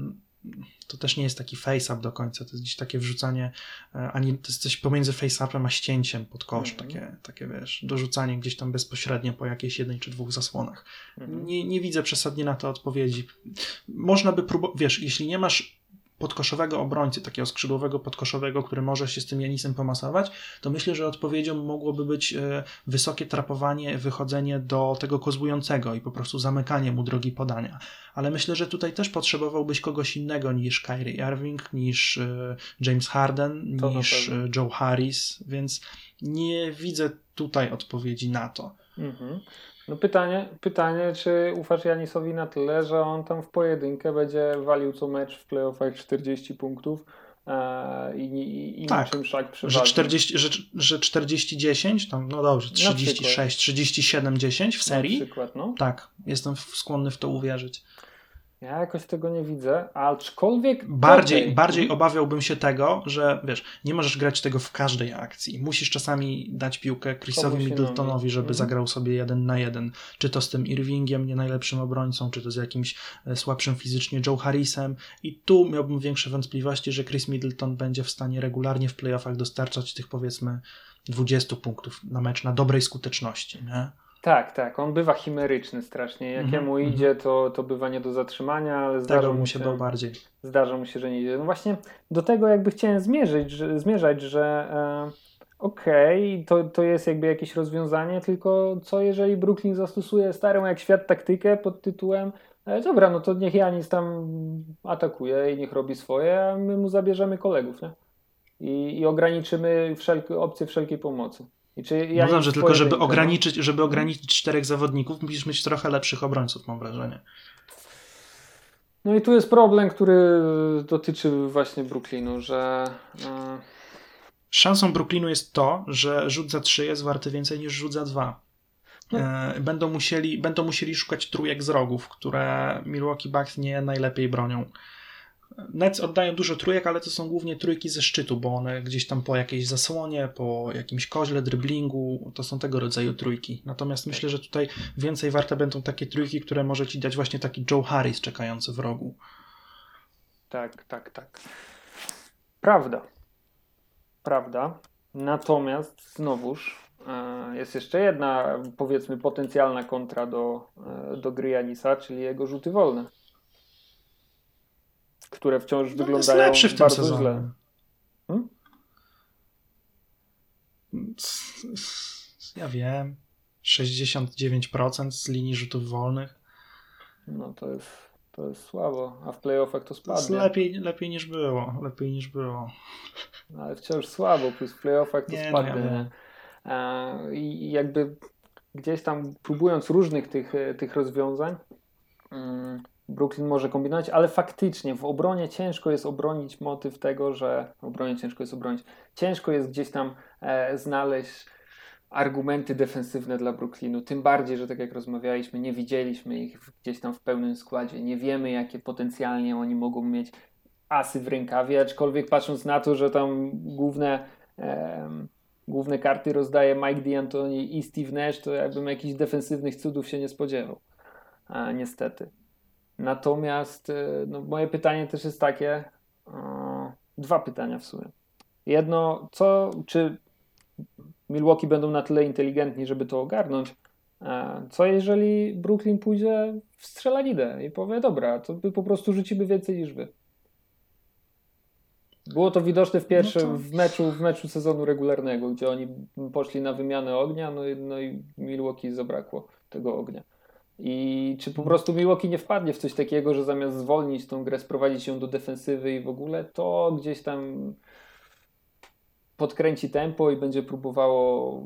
S1: to też nie jest taki face-up do końca, to jest gdzieś takie wrzucanie, ani to jest coś pomiędzy face-upem a ścięciem pod kosz, takie wiesz, dorzucanie gdzieś tam bezpośrednio po jakiejś jednej czy dwóch zasłonach. Nie widzę przesadnie na to odpowiedzi. Można by próbować, wiesz, jeśli nie masz podkoszowego obrońcy, takiego skrzydłowego podkoszowego, który może się z tym Janisem pomasować, to myślę, że odpowiedzią mogłoby być wysokie trapowanie, wychodzenie do tego kozłującego i po prostu zamykanie mu drogi podania. Ale myślę, że tutaj też potrzebowałbyś kogoś innego niż Kyrie Irving, niż James Harden, niż Joe Harris, więc nie widzę tutaj odpowiedzi na to.
S2: No pytanie, czy ufasz Janisowi na tyle, że on tam w pojedynkę będzie walił co mecz w playoffach 40 punktów i
S1: tak,
S2: niczym szak przeważnie.
S1: Że 40-10, tam, no dobrze, 36-37-10 w serii?
S2: Na przykład, no.
S1: Tak, jestem skłonny w to uwierzyć.
S2: Ja jakoś tego nie widzę, aczkolwiek...
S1: Bardziej obawiałbym się tego, że wiesz, nie możesz grać tego w każdej akcji. Musisz czasami dać piłkę Chrisowi Middletonowi, żeby zagrał sobie 1 na 1. Czy to z tym Irvingiem, nie najlepszym obrońcą, czy to z jakimś słabszym fizycznie Joe Harrisem. I tu miałbym większe wątpliwości, że Chris Middleton będzie w stanie regularnie w playoffach dostarczać tych powiedzmy 20 punktów na mecz na dobrej skuteczności, nie?
S2: Tak, on bywa chimeryczny strasznie. Jak jemu idzie, to bywa nie do zatrzymania, ale
S1: zdarza mu się bardziej.
S2: Zdarza mu się, że nie idzie. No właśnie do tego jakby chciałem zmierzać, że okej, to jest jakby jakieś rozwiązanie, tylko co jeżeli Brooklyn zastosuje starą jak świat taktykę pod tytułem dobra, no to niech Janis tam atakuje i niech robi swoje, a my mu zabierzemy kolegów, nie? I ograniczymy opcje wszelkiej pomocy.
S1: No dobrze, tylko żeby ograniczyć 4 zawodników, musisz mieć trochę lepszych obrońców, mam wrażenie.
S2: No i tu jest problem, który dotyczy właśnie Brooklynu, że
S1: Szansą Brooklynu jest to, że rzut za 3 jest warty więcej niż rzut za 2.
S2: No.
S1: Będą musieli szukać trójek z rogów, które Milwaukee Bucks nie najlepiej bronią. Nets oddają dużo trójek, ale to są głównie trójki ze szczytu, bo one gdzieś tam po jakiejś zasłonie, po jakimś koźle, dryblingu, to są tego rodzaju trójki. Natomiast myślę, że tutaj więcej warte będą takie trójki, które może ci dać właśnie taki Joe Harris czekający w rogu.
S2: Tak. Prawda. Natomiast znowuż jest jeszcze jedna, powiedzmy, potencjalna kontra do gry Janisa, czyli jego rzuty wolne, które wciąż wyglądają
S1: jest lepszy w tym
S2: bardzo
S1: sezonie.
S2: źle.
S1: Ja wiem. 69% z linii rzutów wolnych.
S2: No to jest słabo, a w playoffach to
S1: To jest
S2: spadnie.
S1: lepiej niż było. Lepiej niż było.
S2: No, ale wciąż słabo, plus w playoffach to
S1: Nie,
S2: spadnie.
S1: no ja wiem.
S2: I jakby gdzieś tam próbując różnych tych rozwiązań, Brooklyn może kombinować, ale faktycznie w obronie ciężko jest obronić motyw tego, że ciężko jest gdzieś tam znaleźć argumenty defensywne dla Brooklynu, tym bardziej, że tak jak rozmawialiśmy, nie widzieliśmy ich gdzieś tam w pełnym składzie, nie wiemy jakie potencjalnie oni mogą mieć asy w rękawie, aczkolwiek patrząc na to, że tam główne karty rozdaje Mike D'Antoni i Steve Nash, to jakbym jakichś defensywnych cudów się nie spodziewał. Niestety. Natomiast no, moje pytanie też jest takie, dwa pytania w sumie. Jedno, czy Milwaukee będą na tyle inteligentni, żeby to ogarnąć? Co jeżeli Brooklyn pójdzie w strzelanidę i powie, dobra, to my po prostu rzucimy więcej niż wy? Było to widoczne w meczu sezonu regularnego, gdzie oni poszli na wymianę ognia, no i Milwaukee zabrakło tego ognia. I czy po prostu Milwaukee nie wpadnie w coś takiego, że zamiast zwolnić tą grę, sprowadzić ją do defensywy i w ogóle, to gdzieś tam podkręci tempo i będzie próbowało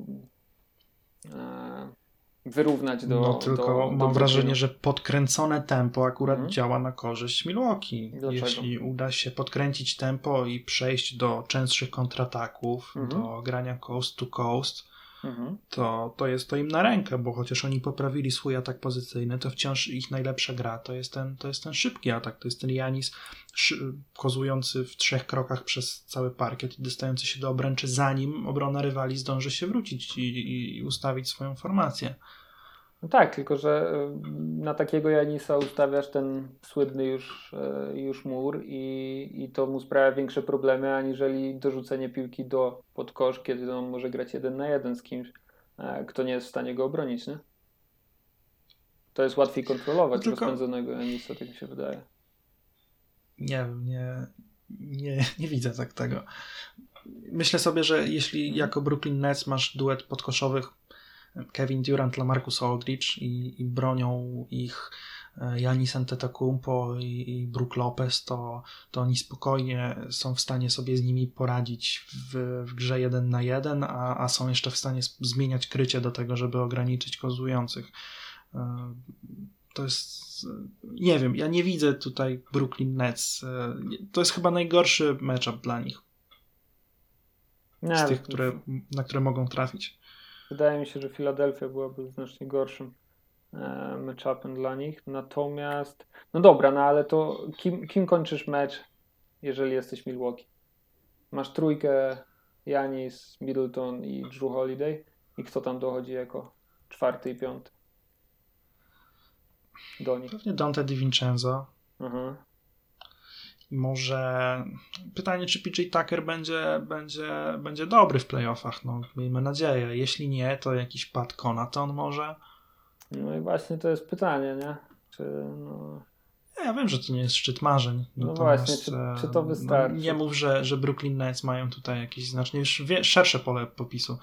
S2: wyrównać
S1: No tylko mam
S2: do
S1: wrażenie, że podkręcone tempo akurat
S2: Mhm.
S1: działa na korzyść Milwaukee.
S2: Dlaczego?
S1: Jeśli uda się podkręcić tempo i przejść do częstszych kontrataków,
S2: Mhm.
S1: do grania coast to coast,
S2: Mhm.
S1: to jest to im na rękę, bo chociaż oni poprawili swój atak pozycyjny, to wciąż ich najlepsza gra to jest ten szybki atak, to jest ten Giannis kozujący w 3 krokach przez cały parkiet i dostający się do obręczy, zanim obrona rywali zdąży się wrócić i ustawić swoją formację.
S2: No tak, tylko że na takiego Janisa ustawiasz ten słynny już mur i to mu sprawia większe problemy, aniżeli dorzucenie piłki pod kosz, kiedy on może grać 1 na 1 z kimś, kto nie jest w stanie go obronić, nie? To jest łatwiej kontrolować
S1: No tylko-
S2: rozpędzonego Janisa, tak mi się wydaje.
S1: Nie widzę tak tego. Myślę sobie, że jeśli jako Brooklyn Nets masz duet podkoszowych Kevin Durant, LaMarcus Aldridge i bronią ich Giannis Antetokounmpo i Brook Lopez, to oni spokojnie są w stanie sobie z nimi poradzić w grze 1 na 1, a są jeszcze w stanie zmieniać krycie do tego, żeby ograniczyć kozujących. To jest... Nie wiem, ja nie widzę tutaj Brooklyn Nets. To jest chyba najgorszy matchup dla nich. Z tych, na które mogą trafić.
S2: Wydaje mi się, że Filadelfia byłaby znacznie gorszym matchupem dla nich. Natomiast, no dobra, no ale to kim kończysz mecz, jeżeli jesteś Milwaukee? Masz trójkę Giannis, Middleton i Drew Holiday i kto tam dochodzi jako 4. i 5. do nich?
S1: Pewnie Dante DiVincenzo.
S2: Mhm.
S1: Może pytanie, czy PJ Tucker będzie dobry w playoffach. No, miejmy nadzieję. Jeśli nie, to jakiś Pat Connaughton może.
S2: No i właśnie to jest pytanie, nie? Czy no...
S1: Ja wiem, że to nie jest szczyt marzeń.
S2: No właśnie, czy to wystarczy?
S1: Nie mów, że Brooklyn Nets mają tutaj jakieś znacznie szersze pole popisu.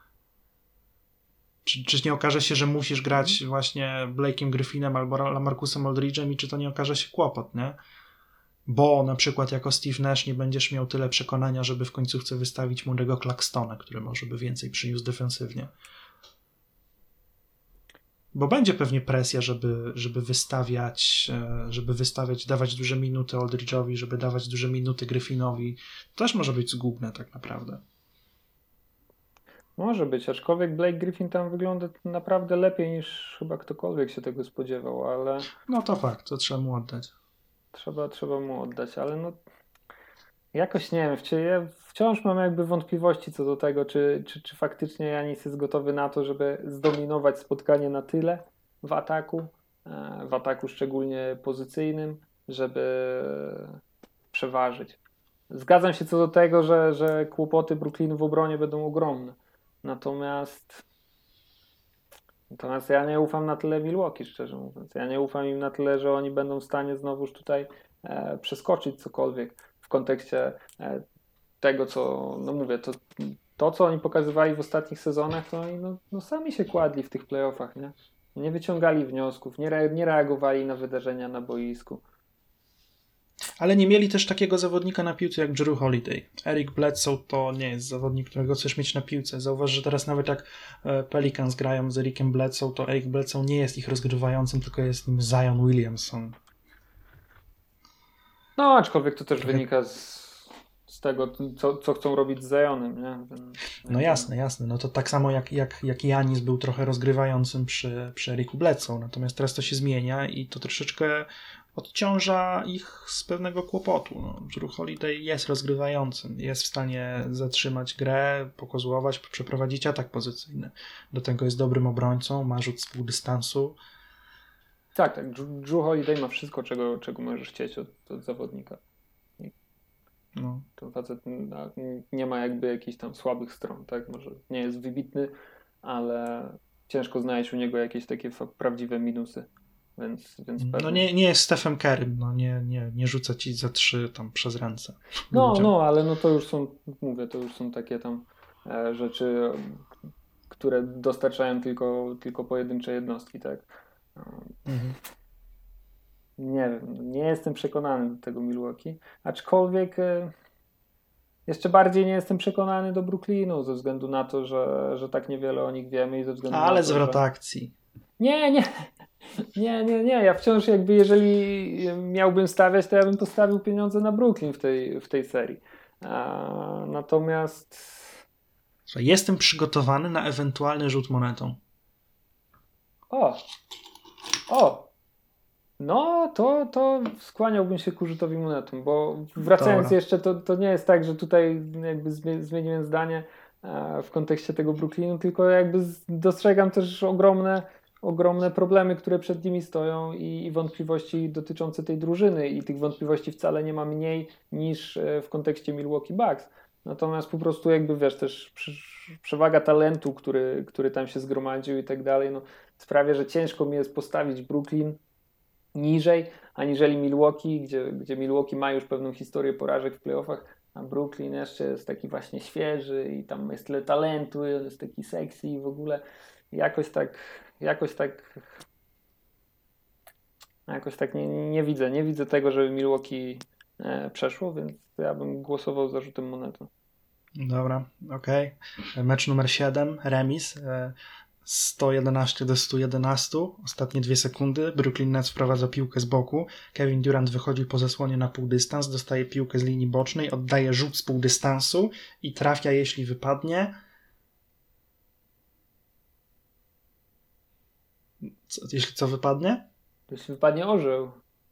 S1: Czy nie okaże się, że musisz grać właśnie Blake'em Griffinem albo LaMarcusem Aldridge'em i czy to nie okaże się kłopot, nie? Bo na przykład jako Steve Nash nie będziesz miał tyle przekonania, żeby w końcówce wystawić młodego Claxtona, który może by więcej przyniósł defensywnie. bo będzie pewnie presja, żeby wystawiać, dawać duże minuty Aldridge'owi, żeby dawać duże minuty Griffinowi. To też może być zgubne tak naprawdę.
S2: Może być, aczkolwiek Blake Griffin tam wygląda naprawdę lepiej niż chyba ktokolwiek się tego spodziewał, ale
S1: No to fakt, to trzeba mu oddać.
S2: trzeba mu oddać, ale no jakoś nie wiem, ja wciąż mam jakby wątpliwości co do tego, czy faktycznie Janis jest gotowy na to, żeby zdominować spotkanie na tyle w ataku szczególnie pozycyjnym, żeby przeważyć. Zgadzam się co do tego, że kłopoty Brooklynu w obronie będą ogromne. Natomiast ja nie ufam na tyle Milwaukee, szczerze mówiąc. Ja nie ufam im na tyle, że oni będą w stanie znowuż tutaj przeskoczyć cokolwiek w kontekście tego, co, no mówię, to co oni pokazywali w ostatnich sezonach, to oni no sami się kładli w tych playoffach, nie? Nie wyciągali wniosków, nie reagowali na wydarzenia na boisku.
S1: Ale nie mieli też takiego zawodnika na piłce jak Jrue Holiday. Eric Bledsoe to nie jest zawodnik, którego chcesz mieć na piłce. Zauważ, że teraz nawet jak Pelicans grają z Ericiem Bledsoe, to Eric Bledsoe nie jest ich rozgrywającym, tylko jest nim Zion Williamson.
S2: No, aczkolwiek to też wynika z tego, co chcą robić z Zionem, nie?
S1: No jasne. No to tak samo jak Janis był trochę rozgrywającym przy Ericu Bledsoe. Natomiast teraz to się zmienia i to troszeczkę odciąża ich z pewnego kłopotu. No, Jrue Holiday jest rozgrywającym, jest w stanie zatrzymać grę, pokozłować, przeprowadzić atak pozycyjny. Do tego jest dobrym obrońcą, ma rzut z półdystansu.
S2: Tak. Jrue Holiday ma wszystko, czego możesz chcieć od zawodnika.
S1: No.
S2: Ten facet nie ma jakby jakichś tam słabych stron, tak? Może nie jest wybitny, ale ciężko znaleźć u niego jakieś takie prawdziwe minusy. Więc
S1: No
S2: pewnie.
S1: nie jest Stephen Curry, no nie rzuca ci za 3 tam przez ręce.
S2: No, ale no to już są takie tam rzeczy, które dostarczają tylko pojedyncze jednostki, tak?
S1: Mhm.
S2: Nie wiem, nie jestem przekonany do tego Milwaukee, aczkolwiek jeszcze bardziej nie jestem przekonany do Brooklynu ze względu na to, że tak niewiele o nich wiemy i ze względu na
S1: Ale
S2: to,
S1: zwrot
S2: że...
S1: akcji.
S2: Nie. Ja wciąż jakby jeżeli miałbym stawiać, to ja bym postawił pieniądze na Brooklyn w tej serii. Natomiast
S1: Słuchaj, jestem przygotowany na ewentualny rzut monetą.
S2: No, to skłaniałbym się ku rzutowi monetą, bo wracając
S1: Dobra.
S2: jeszcze, to nie jest tak, że tutaj jakby zmieniłem zdanie w kontekście tego Brooklynu, tylko jakby dostrzegam też ogromne problemy, które przed nimi stoją i wątpliwości dotyczące tej drużyny i tych wątpliwości wcale nie ma mniej niż w kontekście Milwaukee Bucks. Natomiast po prostu jakby wiesz, też przewaga talentu, który tam się zgromadził i tak dalej, no, sprawia, że ciężko mi jest postawić Brooklyn niżej, aniżeli Milwaukee, gdzie Milwaukee ma już pewną historię porażek w playoffach, a Brooklyn jeszcze jest taki właśnie świeży i tam jest tyle talentu i on jest taki sexy i w ogóle jakoś tak nie widzę tego, żeby Milwaukee przeszło, więc ja bym głosował za rzutem monetą.
S1: Dobra, okej. Mecz numer 7, remis. 111-111, ostatnie 2 sekundy. Brooklyn Nets wprowadza piłkę z boku. Kevin Durant wychodzi po zasłonie na półdystans, dostaje piłkę z linii bocznej, oddaje rzut z półdystansu i trafia, jeśli wypadnie. Jeśli co wypadnie?
S2: Jeśli wypadnie orzeł.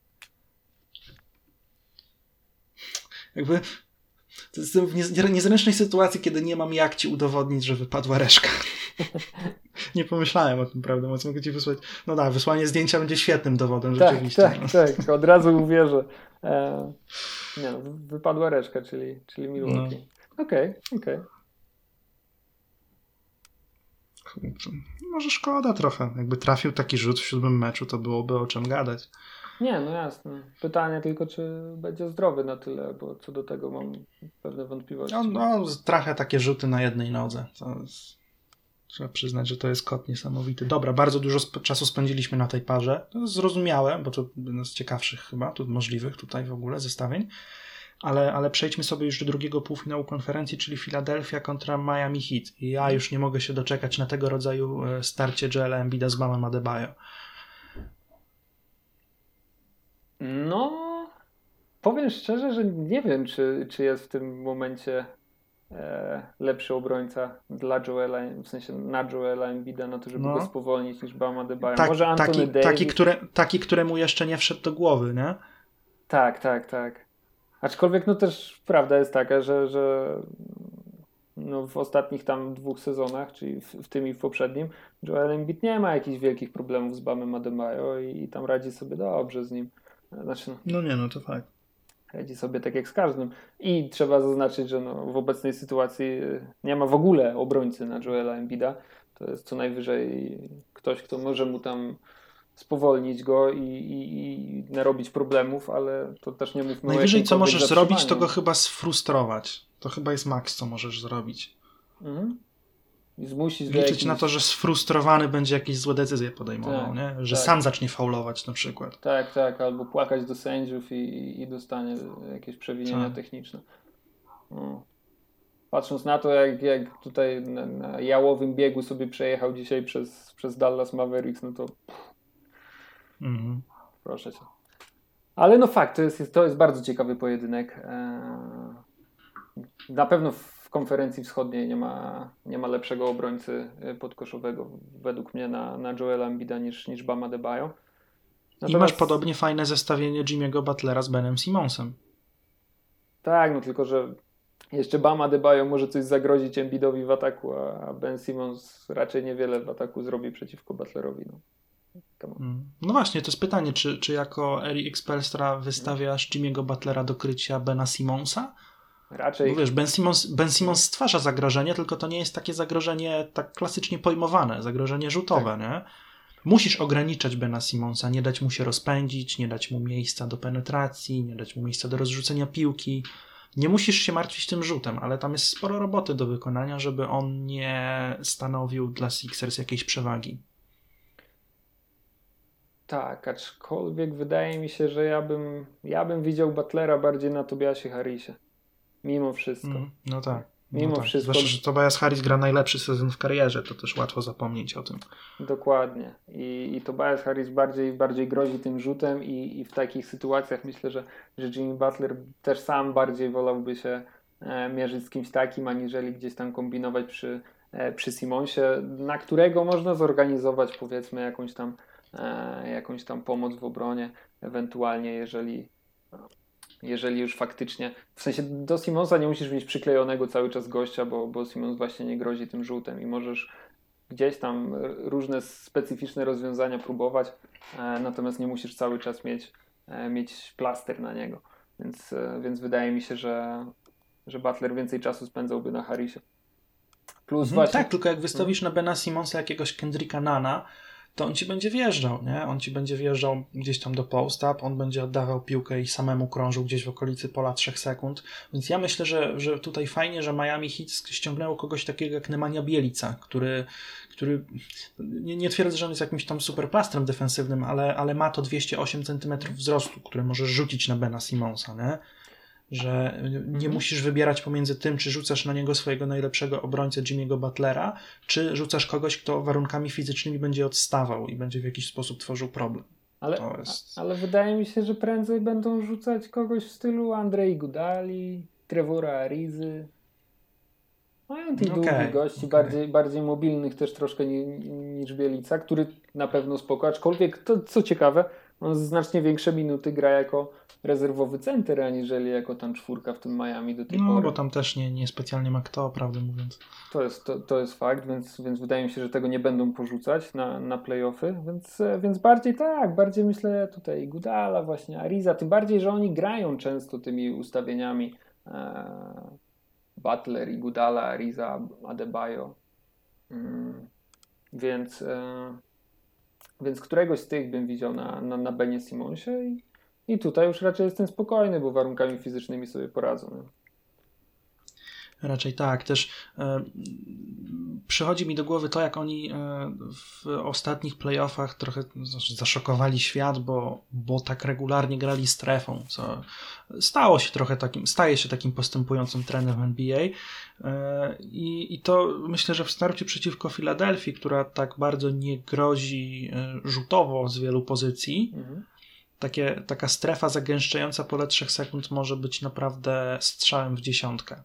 S1: Jakby jestem w niezręcznej sytuacji, kiedy nie mam jak ci udowodnić, że wypadła reszka. Nie pomyślałem o tym, prawda? Mówiąc, mogę ci wysłać. No tak, wysłanie zdjęcia będzie świetnym dowodem, rzeczywiście.
S2: Tak, od razu uwierzę. Nie, wypadła reszka, czyli Milwaukee. No. Okej.
S1: Może szkoda trochę. Jakby trafił taki rzut w 7 meczu, to byłoby o czym gadać.
S2: Nie, no jasne. Pytanie tylko, czy będzie zdrowy na tyle, bo co do tego mam pewne wątpliwości.
S1: No, trafia takie rzuty na jednej nodze. Trzeba przyznać, że to jest kot niesamowity. Dobra, bardzo dużo czasu spędziliśmy na tej parze. To jest zrozumiałe, bo to jeden z ciekawszych chyba, tu możliwych tutaj w ogóle zestawień. ale przejdźmy sobie już do drugiego półfinału konferencji, czyli Philadelphia kontra Miami Heat. I ja już nie mogę się doczekać na tego rodzaju starcie Joela Embida z Bamem Adebayo.
S2: No, powiem szczerze, że nie wiem, czy jest w tym momencie lepszy obrońca dla Joela, w sensie na Joela Embida, na to, żeby go spowolnić niż Bam Adebayo. Może Anthony Davis.
S1: Taki, któremu jeszcze nie wszedł do głowy, nie?
S2: Tak. Aczkolwiek no też prawda jest taka, że no w ostatnich tam 2 sezonach, czyli w tym i w poprzednim, Joel Embiid nie ma jakichś wielkich problemów z Bamem Adebayo i tam radzi sobie dobrze z nim. Znaczy,
S1: No to fakt.
S2: radzi sobie tak jak z każdym. I trzeba zaznaczyć, że no w obecnej sytuacji nie ma w ogóle obrońcy na Joela Embida. To jest co najwyżej ktoś, kto może mu tam spowolnić go i narobić problemów, ale to też nie mówmy
S1: Najwyżej
S2: o
S1: co możesz zrobić, to
S2: zatrzymaniu.
S1: go chyba sfrustrować. To chyba jest maks, co możesz zrobić.
S2: I zmusić
S1: liczyć na to, że sfrustrowany będzie jakieś złe decyzje podejmował,
S2: tak,
S1: nie? Że sam zacznie faulować na przykład.
S2: Tak, albo płakać do sędziów i dostanie jakieś przewinienia techniczne. No. Patrząc na to, jak tutaj na jałowym biegu sobie przejechał dzisiaj przez Dallas Mavericks, no to proszę cię. Ale no fakt, to jest bardzo ciekawy pojedynek. Na pewno w konferencji wschodniej nie ma lepszego obrońcy podkoszowego według mnie na Joela Embida niż Bam Adebayo.
S1: I masz podobnie fajne zestawienie Jimmy'ego Butlera z Benem Simmonsem.
S2: Tak, no tylko, że jeszcze Bam Adebayo może coś zagrozić Embiidowi w ataku, a Ben Simmons raczej niewiele w ataku zrobi przeciwko Butlerowi.
S1: No właśnie, to jest pytanie, czy jako Eric Spoelstra wystawiasz Jimmy'ego Butlera do krycia Bena Simmonsa?
S2: Raczej.
S1: Bo wiesz, Ben Simmons stwarza zagrożenie, tylko to nie jest takie zagrożenie tak klasycznie pojmowane, zagrożenie rzutowe, tak. Nie? Musisz ograniczać Bena Simmonsa, nie dać mu się rozpędzić, nie dać mu miejsca do penetracji, nie dać mu miejsca do rozrzucenia piłki. Nie musisz się martwić tym rzutem, ale tam jest sporo roboty do wykonania, żeby on nie stanowił dla Sixers jakiejś przewagi.
S2: Tak, aczkolwiek wydaje mi się, że ja bym widział Butlera bardziej na Tobiasie Harrisie. Mimo wszystko.
S1: No tak.
S2: Mimo wszystko.
S1: Zwłaszcza, że Tobias Harris gra najlepszy sezon w karierze, to też łatwo zapomnieć o tym.
S2: Dokładnie. I Tobias Harris bardziej grozi tym rzutem i w takich sytuacjach myślę, że Jimmy Butler też sam bardziej wolałby się mierzyć z kimś takim, aniżeli gdzieś tam kombinować przy Simmonsie, na którego można zorganizować powiedzmy jakąś tam pomoc w obronie, ewentualnie jeżeli już faktycznie, w sensie do Simmonsa nie musisz mieć przyklejonego cały czas gościa, bo Simmons właśnie nie grozi tym rzutem i możesz gdzieś tam różne specyficzne rozwiązania próbować, natomiast nie musisz cały czas mieć plaster na niego. Więc wydaje mi się, że Butler więcej czasu spędzałby na Harrisie. Plus właśnie...
S1: Tak, tylko jak wystawisz na Bena Simmonsa jakiegoś Kendricka Nana, to on ci będzie wjeżdżał, nie? On ci będzie wjeżdżał gdzieś tam do post-up, on będzie oddawał piłkę i samemu krążył gdzieś w okolicy pola 3 sekund. Więc ja myślę, że tutaj fajnie, że Miami Heat ściągnęło kogoś takiego jak Nemanja Bjelica, który nie twierdzę, że on jest jakimś tam superplastrem defensywnym, ale ma to 208 cm wzrostu, który może rzucić na Bena Simmonsa, nie? Że nie musisz wybierać pomiędzy tym, czy rzucasz na niego swojego najlepszego obrońcę Jimmy'ego Butlera, czy rzucasz kogoś, kto warunkami fizycznymi będzie odstawał i będzie w jakiś sposób tworzył problem.
S2: Ale wydaje mi się, że prędzej będą rzucać kogoś w stylu Andrei Iguodali, Trevora Arizy. Mają tych długich gości, bardziej mobilnych też troszkę niż Bjelica, który na pewno spoko, aczkolwiek to co ciekawe, on znacznie większe minuty gra jako rezerwowy center, aniżeli jako tam czwórka w tym Miami do tej pory.
S1: No, bo tam też nie specjalnie ma kto, prawdę mówiąc.
S2: To jest fakt, więc wydaje mi się, że tego nie będą porzucać na play-offy, więc bardziej myślę tutaj Gudala, właśnie Ariza, tym bardziej, że oni grają często tymi ustawieniami Butler, Iguodala, Ariza, Adebayo. Więc któregoś z tych bym widział na Benie Simmonsie i tutaj już raczej jestem spokojny, bo warunkami fizycznymi sobie poradzą. Nie?
S1: Raczej tak. Też przychodzi mi do głowy to, jak oni w ostatnich playoffach trochę zaszokowali świat, bo tak regularnie grali strefą, co staje się takim postępującym trendem w NBA. I to myślę, że w starciu przeciwko Filadelfii, która tak bardzo nie grozi rzutowo z wielu pozycji, taka strefa zagęszczająca pole 3 sekund może być naprawdę strzałem w dziesiątkę.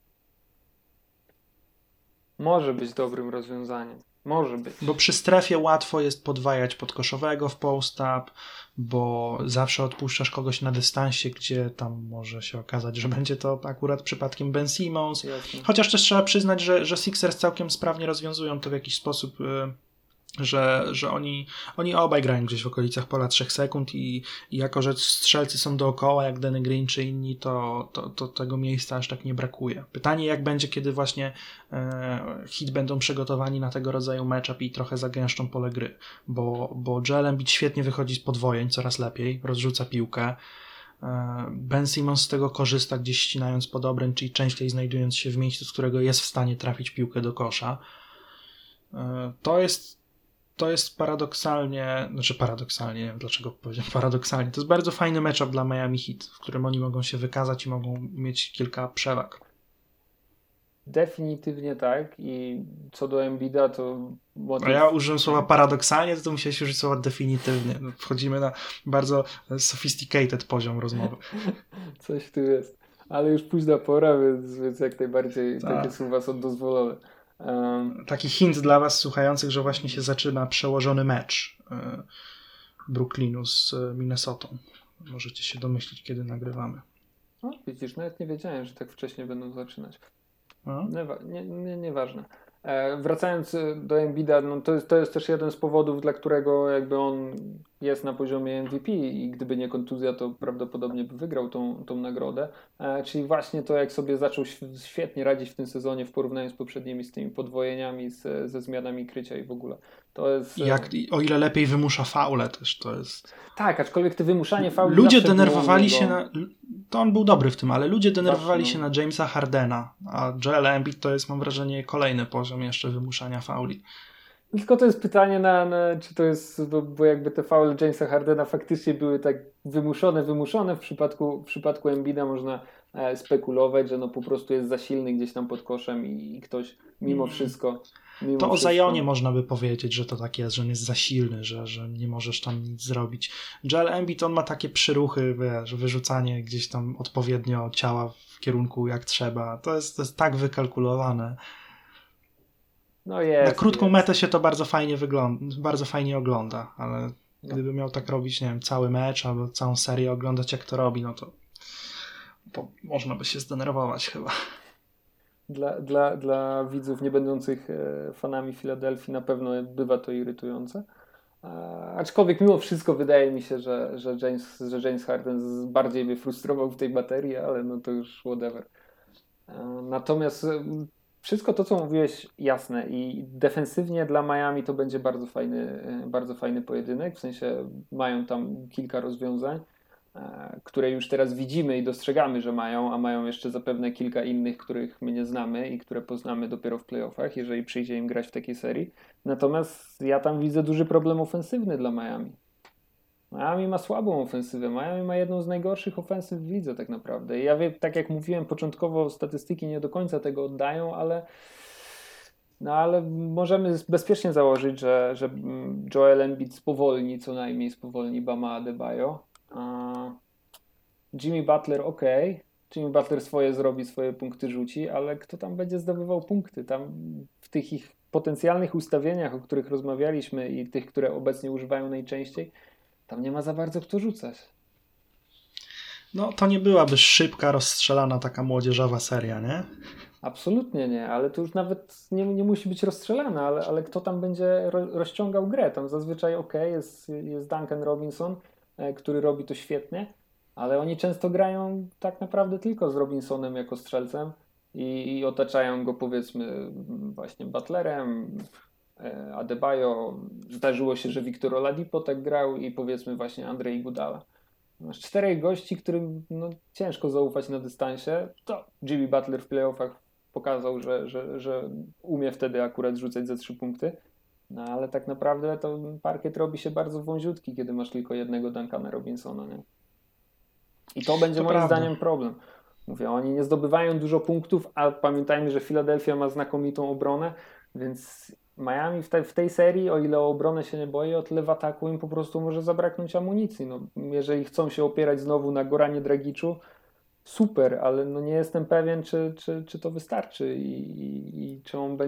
S2: Może być dobrym rozwiązaniem. Może być.
S1: Bo przy strefie łatwo jest podwajać podkoszowego w post-up, bo zawsze odpuszczasz kogoś na dystansie, gdzie tam może się okazać, że będzie to akurat przypadkiem Ben Simmons.
S2: Jasne.
S1: Chociaż też trzeba przyznać, że Sixers całkiem sprawnie rozwiązują to w jakiś sposób, że oni obaj grają gdzieś w okolicach pola 3 sekund i jako, że strzelcy są dookoła, jak Danny Green czy inni, to tego miejsca aż tak nie brakuje. Pytanie, jak będzie, kiedy właśnie Heat będą przygotowani na tego rodzaju matchup i trochę zagęszczą pole gry, bo Joel Embiid świetnie wychodzi z podwojeń, coraz lepiej, rozrzuca piłkę. Ben Simmons z tego korzysta, gdzieś ścinając pod obręcz, czyli częściej znajdując się w miejscu, z którego jest w stanie trafić piłkę do kosza. To jest paradoksalnie, nie wiem dlaczego powiedziałem paradoksalnie, to jest bardzo fajny matchup dla Miami Heat, w którym oni mogą się wykazać i mogą mieć kilka przewag.
S2: Definitywnie tak i co do Embida to...
S1: A ja użyłem słowa paradoksalnie, to musiałeś użyć słowa definitywnie. Wchodzimy na bardzo sophisticated poziom rozmowy.
S2: Coś tu jest. Ale już późna pora, więc jak najbardziej takie słowa są dozwolone.
S1: Taki hint dla was słuchających, że właśnie się zaczyna przełożony mecz Brooklynu z Minnesotą. Możecie się domyślić, kiedy nagrywamy.
S2: No, widzisz, nawet nie wiedziałem, że tak wcześnie będą zaczynać.
S1: No.
S2: Nieważne. Wracając do Embida, no to jest też jeden z powodów, dla którego jakby on jest na poziomie MVP i gdyby nie kontuzja, to prawdopodobnie by wygrał tą nagrodę. Czyli właśnie to, jak sobie zaczął świetnie radzić w tym sezonie w porównaniu z poprzednimi, z tymi podwojeniami, ze zmianami krycia i w ogóle. To jest...
S1: O ile lepiej wymusza faule też, to jest...
S2: Tak, aczkolwiek to wymuszanie fauli
S1: ludzie denerwowali się na... To on był dobry w tym, ale ludzie denerwowali się na Jamesa Hardena, a Joel Embiid to jest, mam wrażenie, kolejny poziom jeszcze wymuszania fauli.
S2: Tylko to jest pytanie czy to jest, bo jakby te faule Jamesa Hardena faktycznie były tak wymuszone. W przypadku Embida można spekulować, że no po prostu jest za silny gdzieś tam pod koszem i ktoś mimo wszystko...
S1: To o Zionie można by powiedzieć, że to tak jest, że on jest za silny, że nie możesz tam nic zrobić. Joel Embiid, on ma takie przyruchy, wiesz, wyrzucanie gdzieś tam odpowiednio ciała w kierunku jak trzeba. To jest tak wykalkulowane.
S2: No jest,
S1: na krótką metę się to bardzo fajnie ogląda, ale gdyby miał tak robić, nie wiem, cały mecz albo całą serię oglądać jak to robi, no to można by się zdenerwować chyba.
S2: Dla widzów nie będących fanami Filadelfii na pewno bywa to irytujące. Aczkolwiek mimo wszystko wydaje mi się, że James Harden bardziej mnie frustrował w tej materii, ale no to już whatever. Natomiast wszystko to, co mówiłeś, jasne i defensywnie dla Miami to będzie bardzo fajny pojedynek, w sensie mają tam kilka rozwiązań, które już teraz widzimy i dostrzegamy, że mają, a mają jeszcze zapewne kilka innych, których my nie znamy i które poznamy dopiero w playoffach, jeżeli przyjdzie im grać w takiej serii. Natomiast ja tam widzę duży problem ofensywny dla Miami. Miami ma słabą ofensywę. Miami ma jedną z najgorszych ofensyw w lidze tak naprawdę. I ja wiem, tak jak mówiłem początkowo, statystyki nie do końca tego oddają, ale możemy bezpiecznie założyć, że Joel Embiid co najmniej spowolni Bama Adebayo. Jimmy Butler Jimmy Butler swoje punkty rzuci, ale kto tam będzie zdobywał punkty? Tam w tych ich potencjalnych ustawieniach, o których rozmawialiśmy i tych, które obecnie używają najczęściej, tam nie ma za bardzo kto rzucać.
S1: No to nie byłaby szybka, rozstrzelana taka młodzieżowa seria, nie?
S2: Absolutnie nie, ale to już nawet nie musi być rozstrzelana, ale kto tam będzie rozciągał grę? Tam zazwyczaj jest Duncan Robinson, który robi to świetnie, ale oni często grają tak naprawdę tylko z Robinsonem jako strzelcem i otaczają go powiedzmy właśnie Butlerem, Adebayo. Zdarzyło się, że Victor Oladipo tak grał i powiedzmy właśnie Andrzej Iguodala. Masz 4 gości, którym ciężko zaufać na dystansie. To Jimmy Butler w playoffach pokazał, że umie wtedy akurat rzucać ze 3 punkty. No ale tak naprawdę to parkiet robi się bardzo wąziutki, kiedy masz tylko jednego Duncana Robinsona, nie? I to będzie
S1: To
S2: moim
S1: prawda.
S2: zdaniem problem. Mówię, oni nie zdobywają dużo punktów, a pamiętajmy, że Philadelphia ma znakomitą obronę, więc Miami w tej serii, o ile o obronę się nie boi, o tyle w ataku im po prostu może zabraknąć amunicji. No, jeżeli chcą się opierać znowu na Goranie Dragiczu, super, ale no nie jestem pewien, czy to wystarczy i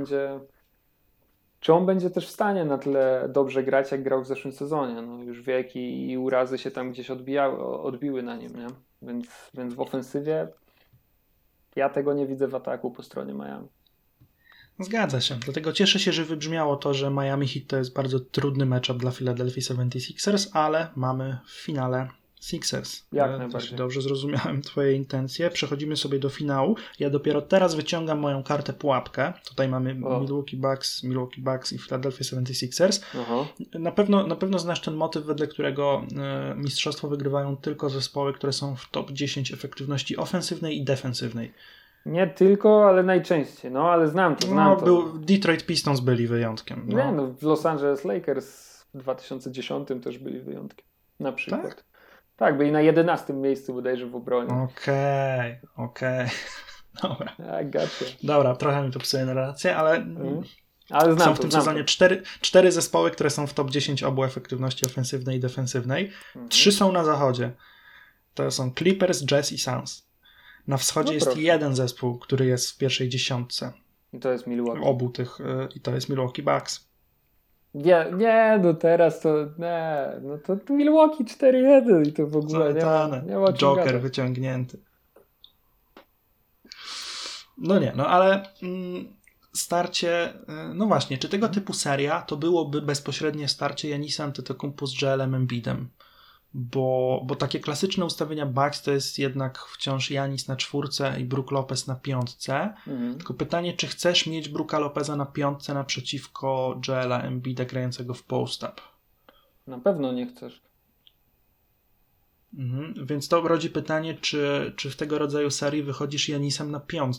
S2: czy on będzie też w stanie na tyle dobrze grać, jak grał w zeszłym sezonie. No, już wiek i urazy się tam gdzieś odbiły na nim, nie? Więc w ofensywie ja tego nie widzę w ataku po stronie Miami.
S1: Zgadza się. Dlatego cieszę się, że wybrzmiało to, że Miami Heat to jest bardzo trudny matchup dla Philadelphia 76ers, ale mamy w finale Sixers.
S2: Jak najbardziej.
S1: Dobrze zrozumiałem twoje intencje. Przechodzimy sobie do finału. Ja dopiero teraz wyciągam moją kartę pułapkę. Tutaj mamy Milwaukee Bucks i Philadelphia 76ers.
S2: Aha.
S1: Na pewno znasz ten motyw, wedle którego mistrzostwo wygrywają tylko zespoły, które są w top 10 efektywności ofensywnej i defensywnej.
S2: Nie tylko, ale najczęściej. No, ale znam to.
S1: Detroit Pistons byli wyjątkiem. No.
S2: Nie, no w Los Angeles Lakers w 2010 też byli wyjątkiem. Na przykład. Tak, byli na 11 miejscu bodajże w obronie.
S1: Okej. Dobra.
S2: Gotcha.
S1: Dobra, trochę mi to psuje narrację, ale
S2: znam
S1: są w tym sezonie cztery zespoły, które są w top 10 obu efektywności ofensywnej i defensywnej. 3 są na zachodzie. To są Clippers, Jazz i Suns. Na wschodzie jest jeden zespół, który jest w pierwszej dziesiątce.
S2: I to jest Milwaukee.
S1: Obu tych, i to jest Milwaukee Bucks.
S2: Nie, no teraz to no to Milwaukee 4-1 i to w ogóle nie ma
S1: Joker
S2: gadać.
S1: wyciągnięty. No ale starcie, no właśnie, czy tego typu seria to byłoby bezpośrednie starcie Giannisa Antetokounmpo z Joelem Embiidem? Bo takie klasyczne ustawienia Bucks to jest jednak wciąż Giannis na 4 i Brook Lopez na 5. Tylko pytanie, czy chcesz mieć Brooka Lopeza na 5 naprzeciwko Joela Embida grającego w post-up?
S2: Na pewno nie chcesz.
S1: Więc to rodzi pytanie, czy w tego rodzaju serii wychodzisz Giannisem na 5?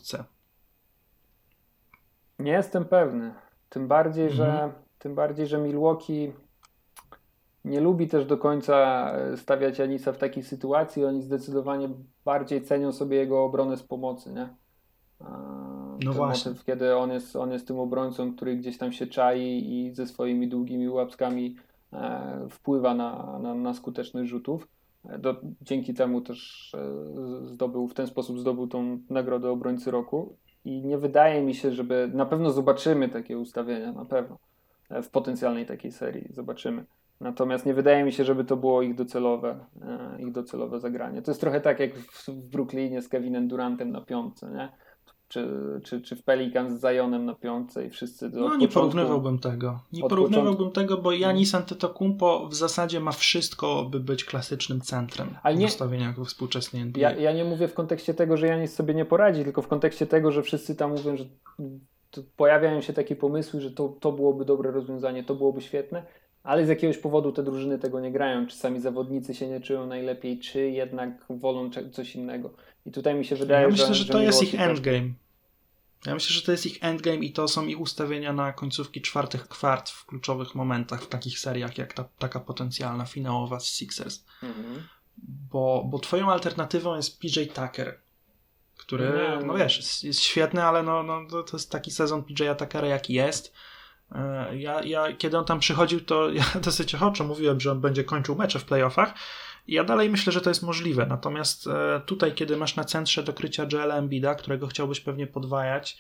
S2: Nie jestem pewny. Tym bardziej, że Milwaukee nie lubi też do końca stawiać Giannisa w takiej sytuacji. Oni zdecydowanie bardziej cenią sobie jego obronę z pomocy, nie?
S1: No właśnie.
S2: Motyw, kiedy on jest tym obrońcą, który gdzieś tam się czai i ze swoimi długimi łapskami wpływa na skuteczność rzutów. Dzięki temu też w ten sposób zdobył tą nagrodę obrońcy roku. I nie wydaje mi się, na pewno zobaczymy takie ustawienia, na pewno. W potencjalnej takiej serii zobaczymy. Natomiast nie wydaje mi się, żeby to było ich docelowe zagranie. To jest trochę tak jak w Brooklynie z Kevinem Durantem na 5, nie? Czy w Pelicans z Zionem na 5 i wszyscy
S1: nie porównywałbym tego. Bo Giannis Antetokounmpo w zasadzie ma wszystko, by być klasycznym centrem w ustawieniach we współczesnej NBA.
S2: Ja nie mówię w kontekście tego, że Giannis sobie nie poradzi, tylko w kontekście tego, że wszyscy tam mówią, że pojawiają się takie pomysły, że to byłoby dobre rozwiązanie, to byłoby świetne, ale z jakiegoś powodu te drużyny tego nie grają. Czy sami zawodnicy się nie czują najlepiej, czy jednak wolą coś innego. I tutaj mi się wydaje,
S1: Ja myślę, że to jest ich endgame. Ja myślę, że to jest ich endgame i to są ich ustawienia na końcówki 4 kwart w kluczowych momentach w takich seriach jak taka potencjalna finałowa z Sixers. Bo twoją alternatywą jest PJ Tucker, który, jest świetny, ale to jest taki sezon PJ'a Tuckera jaki jest. Ja kiedy on tam przychodził, to ja dosyć ochoczo mówiłem, że on będzie kończył mecze w playoffach. I ja dalej myślę, że to jest możliwe. Natomiast tutaj, kiedy masz na centrze do krycia Joela Embida, którego chciałbyś pewnie podwajać,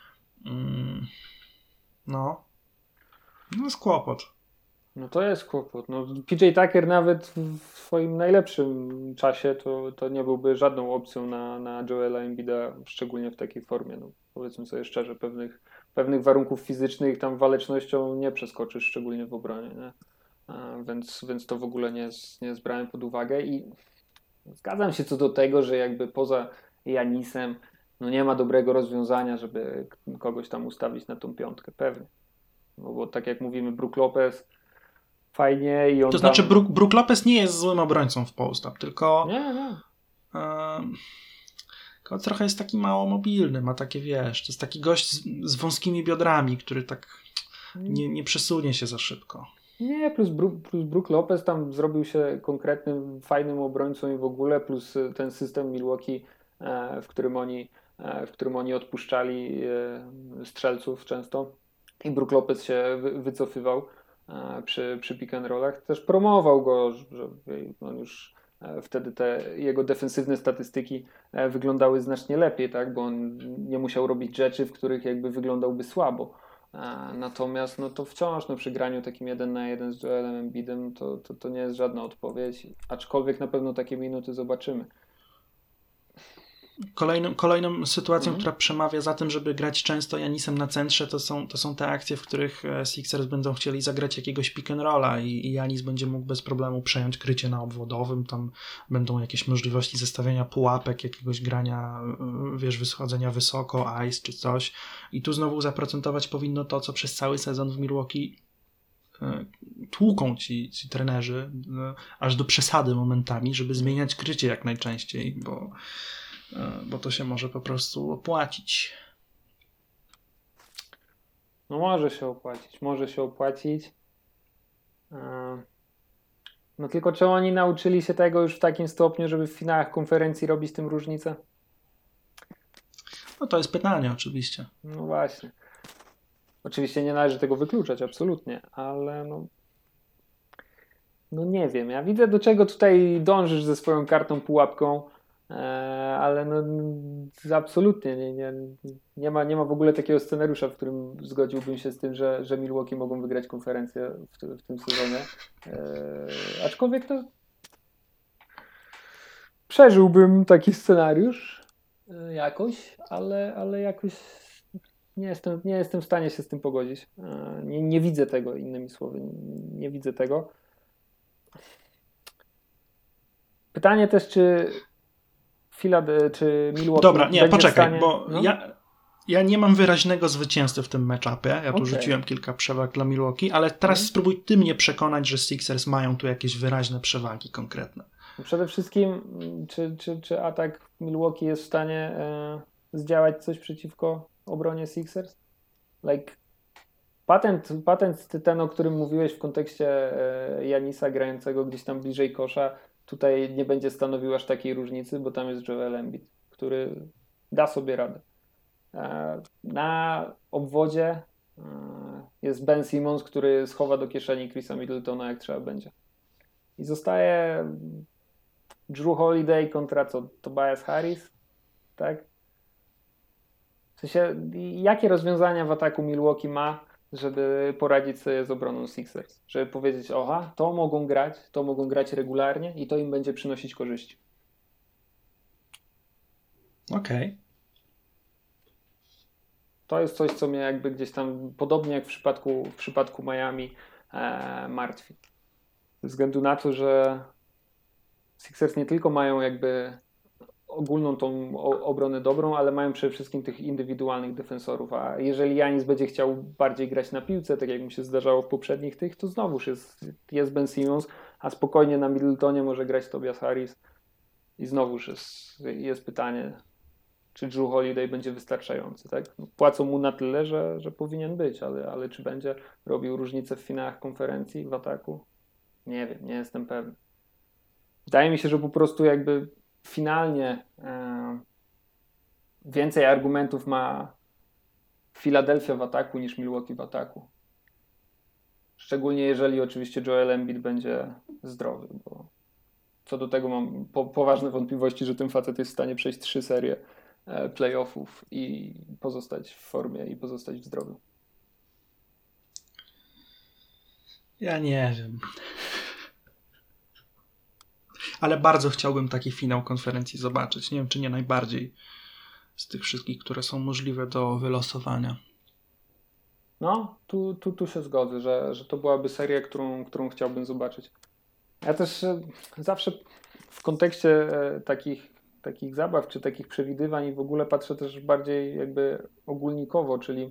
S1: jest kłopot.
S2: No to jest kłopot. No, PJ Tucker nawet w swoim najlepszym czasie to nie byłby żadną opcją na Joela Embida, szczególnie w takiej formie. No, powiedzmy sobie szczerze, pewnych warunków fizycznych tam walecznością nie przeskoczysz, szczególnie w obronie. Nie? Więc to w ogóle nie jest brane pod uwagę i zgadzam się co do tego, że jakby poza Giannisem nie ma dobrego rozwiązania, żeby kogoś tam ustawić na tą 5, pewnie. No bo tak jak mówimy, Brook Lopez fajnie i on
S1: to znaczy Brook Lopez nie jest złym obrońcą w post-up, tylko
S2: Nie.
S1: Tylko trochę jest taki mało mobilny, ma takie, wiesz, to jest taki gość z wąskimi biodrami, który tak nie przesunie się za szybko.
S2: Nie, plus Brook Lopez tam zrobił się konkretnym, fajnym obrońcą i w ogóle, plus ten system Milwaukee, w którym oni odpuszczali strzelców często i Brook Lopez się wycofywał przy pick and rollach. Też promował go, że on już wtedy te jego defensywne statystyki wyglądały znacznie lepiej, tak? Bo on nie musiał robić rzeczy, w których jakby wyglądałby słabo. Natomiast no to wciąż przy graniu takim 1-1 z Joelem Embiidem to nie jest żadna odpowiedź, aczkolwiek na pewno takie minuty zobaczymy.
S1: Kolejną sytuacją, która przemawia za tym, żeby grać często Janisem na centrze, to są te akcje, w których Sixers będą chcieli zagrać jakiegoś pick and rolla i Janis będzie mógł bez problemu przejąć krycie na obwodowym, tam będą jakieś możliwości zestawienia pułapek, jakiegoś grania, wiesz, wyschodzenia wysoko, ice czy coś i tu znowu zaprocentować powinno to, co przez cały sezon w Milwaukee tłuką ci trenerzy aż do przesady momentami, żeby zmieniać krycie jak najczęściej, bo to się może po prostu opłacić.
S2: No może się opłacić. No tylko czy oni nauczyli się tego już w takim stopniu, żeby w finałach konferencji robić tym różnicę?
S1: No to jest pytanie oczywiście.
S2: No właśnie. Oczywiście nie należy tego wykluczać, absolutnie, ale no nie wiem. Ja widzę, do czego tutaj dążysz ze swoją kartą pułapką, ale no absolutnie nie ma w ogóle takiego scenariusza, w którym zgodziłbym się z tym, że Milwaukee mogą wygrać konferencję w tym sezonie. Aczkolwiek to przeżyłbym taki scenariusz jakoś, ale jakoś nie jestem w stanie się z tym pogodzić. Nie widzę tego, innymi słowy. Nie widzę tego. Pytanie też, czy Milwaukee
S1: Dobra, nie,
S2: będzie
S1: poczekaj,
S2: w stanie...
S1: bo ja nie mam wyraźnego zwycięzcy w tym meczapie. Ja tu rzuciłem kilka przewag dla Milwaukee, ale teraz spróbuj ty mnie przekonać, że Sixers mają tu jakieś wyraźne przewagi konkretne.
S2: Przede wszystkim, czy atak Milwaukee jest w stanie zdziałać coś przeciwko obronie Sixers? Patent ten, o którym mówiłeś w kontekście Janisa grającego gdzieś tam bliżej kosza, tutaj nie będzie stanowił aż takiej różnicy, bo tam jest Joel Embiid, który da sobie radę. Na obwodzie jest Ben Simmons, który schowa do kieszeni Chrisa Middletona, jak trzeba będzie. I zostaje Jrue Holiday kontra Tobias Harris, tak? W sensie, jakie rozwiązania w ataku Milwaukee ma, żeby poradzić sobie z obroną Sixers? Żeby powiedzieć, oha, to mogą grać regularnie i to im będzie przynosić korzyści.
S1: Okej.
S2: To jest coś, co mnie jakby gdzieś tam, podobnie jak w przypadku Miami, martwi. Ze względu na to, że Sixers nie tylko mają jakby ogólną tą obronę dobrą, ale mają przede wszystkim tych indywidualnych defensorów, a jeżeli Janis będzie chciał bardziej grać na piłce, tak jak mu się zdarzało w poprzednich tych, to znowuż jest Ben Simmons, a spokojnie na Middletonie może grać Tobias Harris i znowuż jest pytanie, czy Jrue Holiday będzie wystarczający, tak? Płacą mu na tyle, że powinien być, ale czy będzie robił różnicę w finałach konferencji, w ataku? Nie wiem, nie jestem pewny. Wydaje mi się, że po prostu jakby finalnie więcej argumentów ma Philadelphia w ataku niż Milwaukee w ataku. Szczególnie jeżeli oczywiście Joel Embiid będzie zdrowy, bo co do tego mam poważne wątpliwości, że ten facet jest w stanie przejść 3 serie playoffów i pozostać w formie i pozostać w zdrowiu.
S1: Ja nie wiem. Ale bardzo chciałbym taki finał konferencji zobaczyć. Nie wiem, czy nie najbardziej z tych wszystkich, które są możliwe do wylosowania.
S2: No, tu się zgodzę, że to byłaby seria, którą chciałbym zobaczyć. Ja też zawsze w kontekście takich zabaw, czy takich przewidywań i w ogóle patrzę też bardziej jakby ogólnikowo, czyli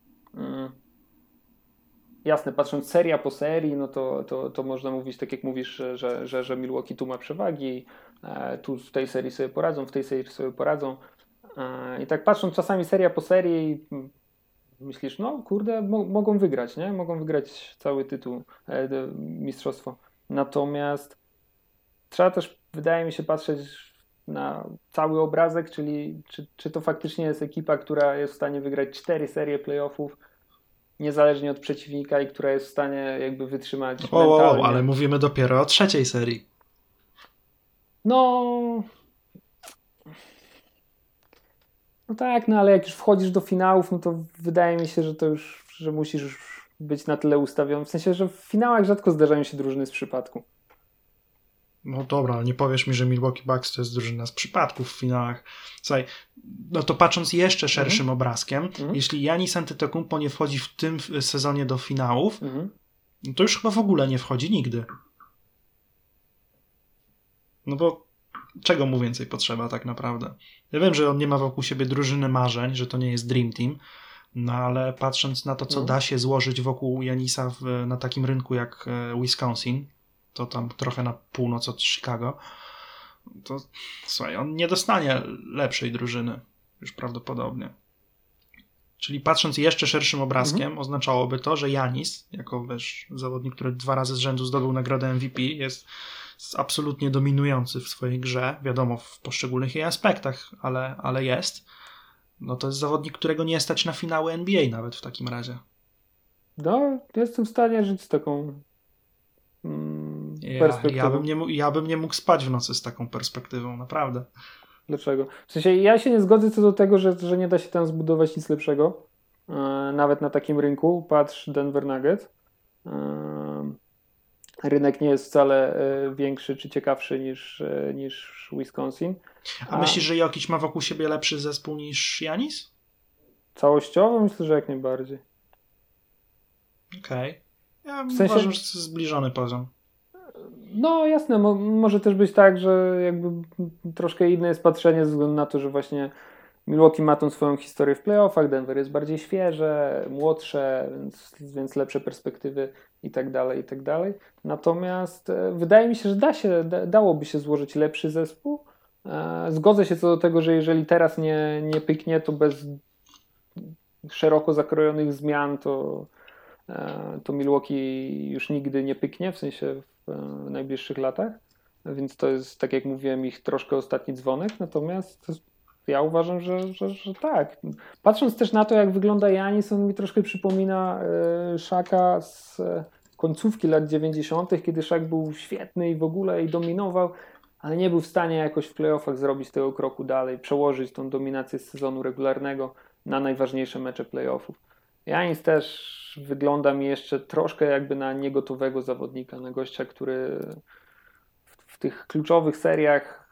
S2: jasne, patrząc seria po serii, no to można mówić, tak jak mówisz, że Milwaukee tu ma przewagi, tu w tej serii sobie poradzą, w tej serii sobie poradzą. I tak patrząc czasami seria po serii, myślisz, no kurde, mogą wygrać, nie? Mogą wygrać cały tytuł, mistrzostwo. Natomiast trzeba też, wydaje mi się, patrzeć na cały obrazek, czyli czy to faktycznie jest ekipa, która jest w stanie wygrać 4 serie playoffów, niezależnie od przeciwnika i która jest w stanie jakby wytrzymać mentalnie.
S1: Ale mówimy dopiero o 3 serii.
S2: No tak, no ale jak już wchodzisz do finałów, no to wydaje mi się, że to już, że musisz już być na tyle ustawiony. W sensie, że w finałach rzadko zdarzają się drużyny z przypadku.
S1: No dobra, ale nie powiesz mi, że Milwaukee Bucks to jest drużyna z przypadków w finałach. Słuchaj, no to patrząc jeszcze szerszym obrazkiem, jeśli Giannis Antetokounmpo nie wchodzi w tym sezonie do finałów, no to już chyba w ogóle nie wchodzi nigdy. No bo czego mu więcej potrzeba tak naprawdę? Ja wiem, że on nie ma wokół siebie drużyny marzeń, że to nie jest Dream Team, no ale patrząc na to, co da się złożyć wokół Giannisa na takim rynku jak Wisconsin, to tam trochę na północ od Chicago, to słuchaj, on nie dostanie lepszej drużyny już prawdopodobnie. Czyli patrząc jeszcze szerszym obrazkiem, oznaczałoby to, że Giannis, jako zawodnik, który 2 razy z rzędu zdobył nagrodę MVP, jest absolutnie dominujący w swojej grze, wiadomo, w poszczególnych jej aspektach, ale jest. No to jest zawodnik, którego nie stać na finały NBA nawet w takim razie.
S2: No, jestem w stanie żyć z taką perspektywą.
S1: Ja bym nie mógł spać w nocy z taką perspektywą, naprawdę.
S2: Dlaczego? W sensie ja się nie zgodzę co do tego, że nie da się tam zbudować nic lepszego. Nawet na takim rynku. Patrz Denver Nuggets. Rynek nie jest wcale większy czy ciekawszy niż Wisconsin.
S1: A myślisz, że Jokic ma wokół siebie lepszy zespół niż Giannis?
S2: Całościowo myślę, że jak najbardziej.
S1: Okej. Ja
S2: W sensie...
S1: uważam, że to jest zbliżony poziom.
S2: No jasne, może też być tak, że jakby troszkę inne jest patrzenie ze względu na to, że właśnie Milwaukee ma tą swoją historię w playoffach, Denver jest bardziej świeże, młodsze, więc lepsze perspektywy i tak dalej, i tak dalej. Natomiast wydaje mi się, że dałoby się złożyć lepszy zespół. Zgodzę się co do tego, że jeżeli teraz nie pyknie, to bez szeroko zakrojonych zmian to Milwaukee już nigdy nie pyknie, w sensie w najbliższych latach, więc to jest, tak jak mówiłem, ich troszkę ostatni dzwonek, natomiast ja uważam, że tak. Patrząc też na to, jak wygląda Giannis, on mi troszkę przypomina Shaka z końcówki lat 90., kiedy Shaq był świetny i w ogóle i dominował, ale nie był w stanie jakoś w playoffach zrobić tego kroku dalej, przełożyć tą dominację z sezonu regularnego na najważniejsze mecze playoffów. Giannis też wygląda mi jeszcze troszkę jakby na niegotowego zawodnika, na gościa, który w tych kluczowych seriach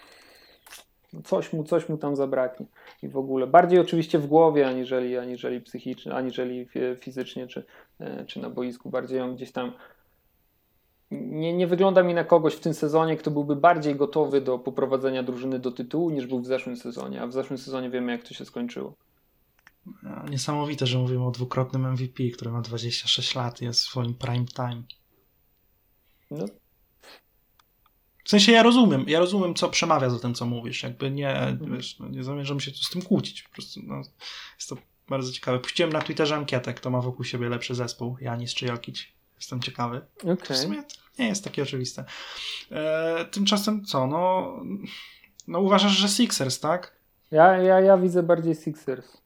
S2: coś mu tam zabraknie i w ogóle. Bardziej oczywiście w głowie, aniżeli psychicznie, aniżeli fizycznie, czy na boisku. Bardziej on gdzieś tam nie wygląda mi na kogoś w tym sezonie, kto byłby bardziej gotowy do poprowadzenia drużyny do tytułu niż był w zeszłym sezonie, a w zeszłym sezonie wiemy, jak to się skończyło.
S1: Niesamowite, że mówimy o dwukrotnym MVP, który ma 26 lat i jest w swoim prime time.
S2: No.
S1: W sensie ja rozumiem, co przemawia za tym, co mówisz. Jakby nie zamierzam się tu z tym kłócić. Po prostu jest to bardzo ciekawe. Puściłem na Twitterze ankietę, kto ma wokół siebie lepszy zespół, Giannis czy Jokic. Jestem ciekawy.
S2: Okay.
S1: W sumie to nie jest takie oczywiste. Tymczasem co? No uważasz, że Sixers, tak?
S2: Ja widzę bardziej Sixers.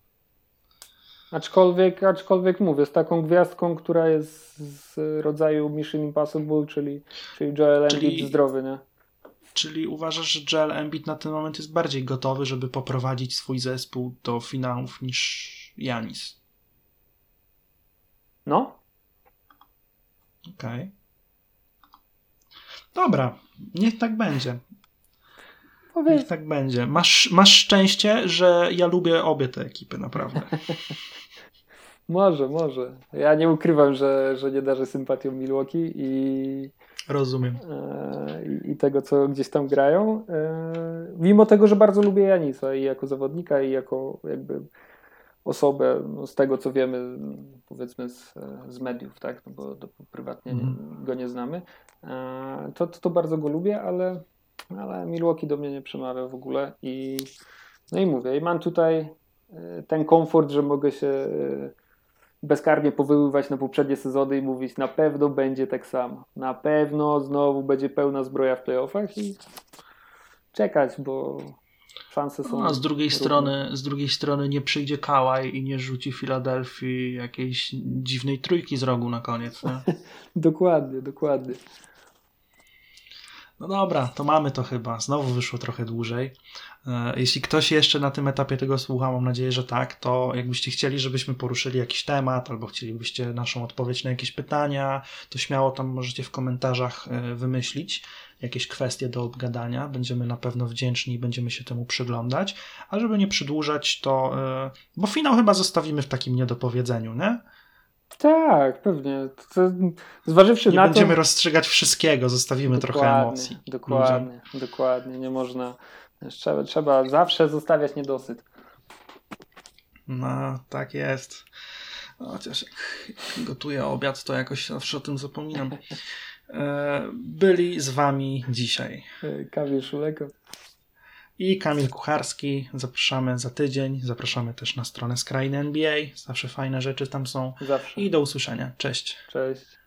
S2: Aczkolwiek mówię, z taką gwiazdką, która jest z rodzaju Mission Impossible, czyli Joel Embiid zdrowy, nie?
S1: Czyli uważasz, że Joel Embiid na ten moment jest bardziej gotowy, żeby poprowadzić swój zespół do finałów niż Giannis?
S2: No.
S1: Okej. Dobra, niech tak będzie. Niech tak będzie. Masz szczęście, że ja lubię obie te ekipy, naprawdę.
S2: Może. Ja nie ukrywam, że nie darzę sympatią Milwaukee i
S1: rozumiem.
S2: I tego, co gdzieś tam grają. Mimo tego, że bardzo lubię Giannisa i jako zawodnika, i jako jakby osobę, z tego co wiemy, powiedzmy z mediów, tak? No bo prywatnie go nie znamy. To bardzo go lubię, ale Milwaukee do mnie nie przemawia w ogóle i No i mówię, i mam tutaj ten komfort, że mogę się bezkarnie powoływać na poprzednie sezony i mówić, na pewno będzie tak samo. Na pewno znowu będzie pełna zbroja w playoffach i czekać, bo szanse są
S1: No, a
S2: równe.
S1: z drugiej strony nie przyjdzie Kałaj i nie rzuci Filadelfii jakiejś dziwnej trójki z rogu na koniec. Nie?
S2: Dokładnie, dokładnie.
S1: No dobra, to mamy to chyba. Znowu wyszło trochę dłużej. Jeśli ktoś jeszcze na tym etapie tego słucha, mam nadzieję, że tak, to jakbyście chcieli, żebyśmy poruszyli jakiś temat, albo chcielibyście naszą odpowiedź na jakieś pytania, to śmiało tam możecie w komentarzach wymyślić jakieś kwestie do obgadania. Będziemy na pewno wdzięczni i będziemy się temu przyglądać. A żeby nie przedłużać, to... Bo finał chyba zostawimy w takim niedopowiedzeniu, nie?
S2: Tak, pewnie. Zważywszy
S1: Nie
S2: na
S1: będziemy
S2: to...
S1: rozstrzygać wszystkiego, zostawimy trochę emocji ludziom.
S2: Dokładnie. Nie można... Trzeba zawsze zostawiać niedosyt.
S1: No, tak jest. Chociaż jak gotuję obiad, to jakoś zawsze o tym zapominam. Byli z wami dzisiaj
S2: Kamil Szuleko.
S1: i Kamil Kucharski. Zapraszamy za tydzień. Zapraszamy też na stronę Skrajny NBA. Zawsze fajne rzeczy tam są.
S2: Zawsze.
S1: I do usłyszenia. Cześć.
S2: Cześć.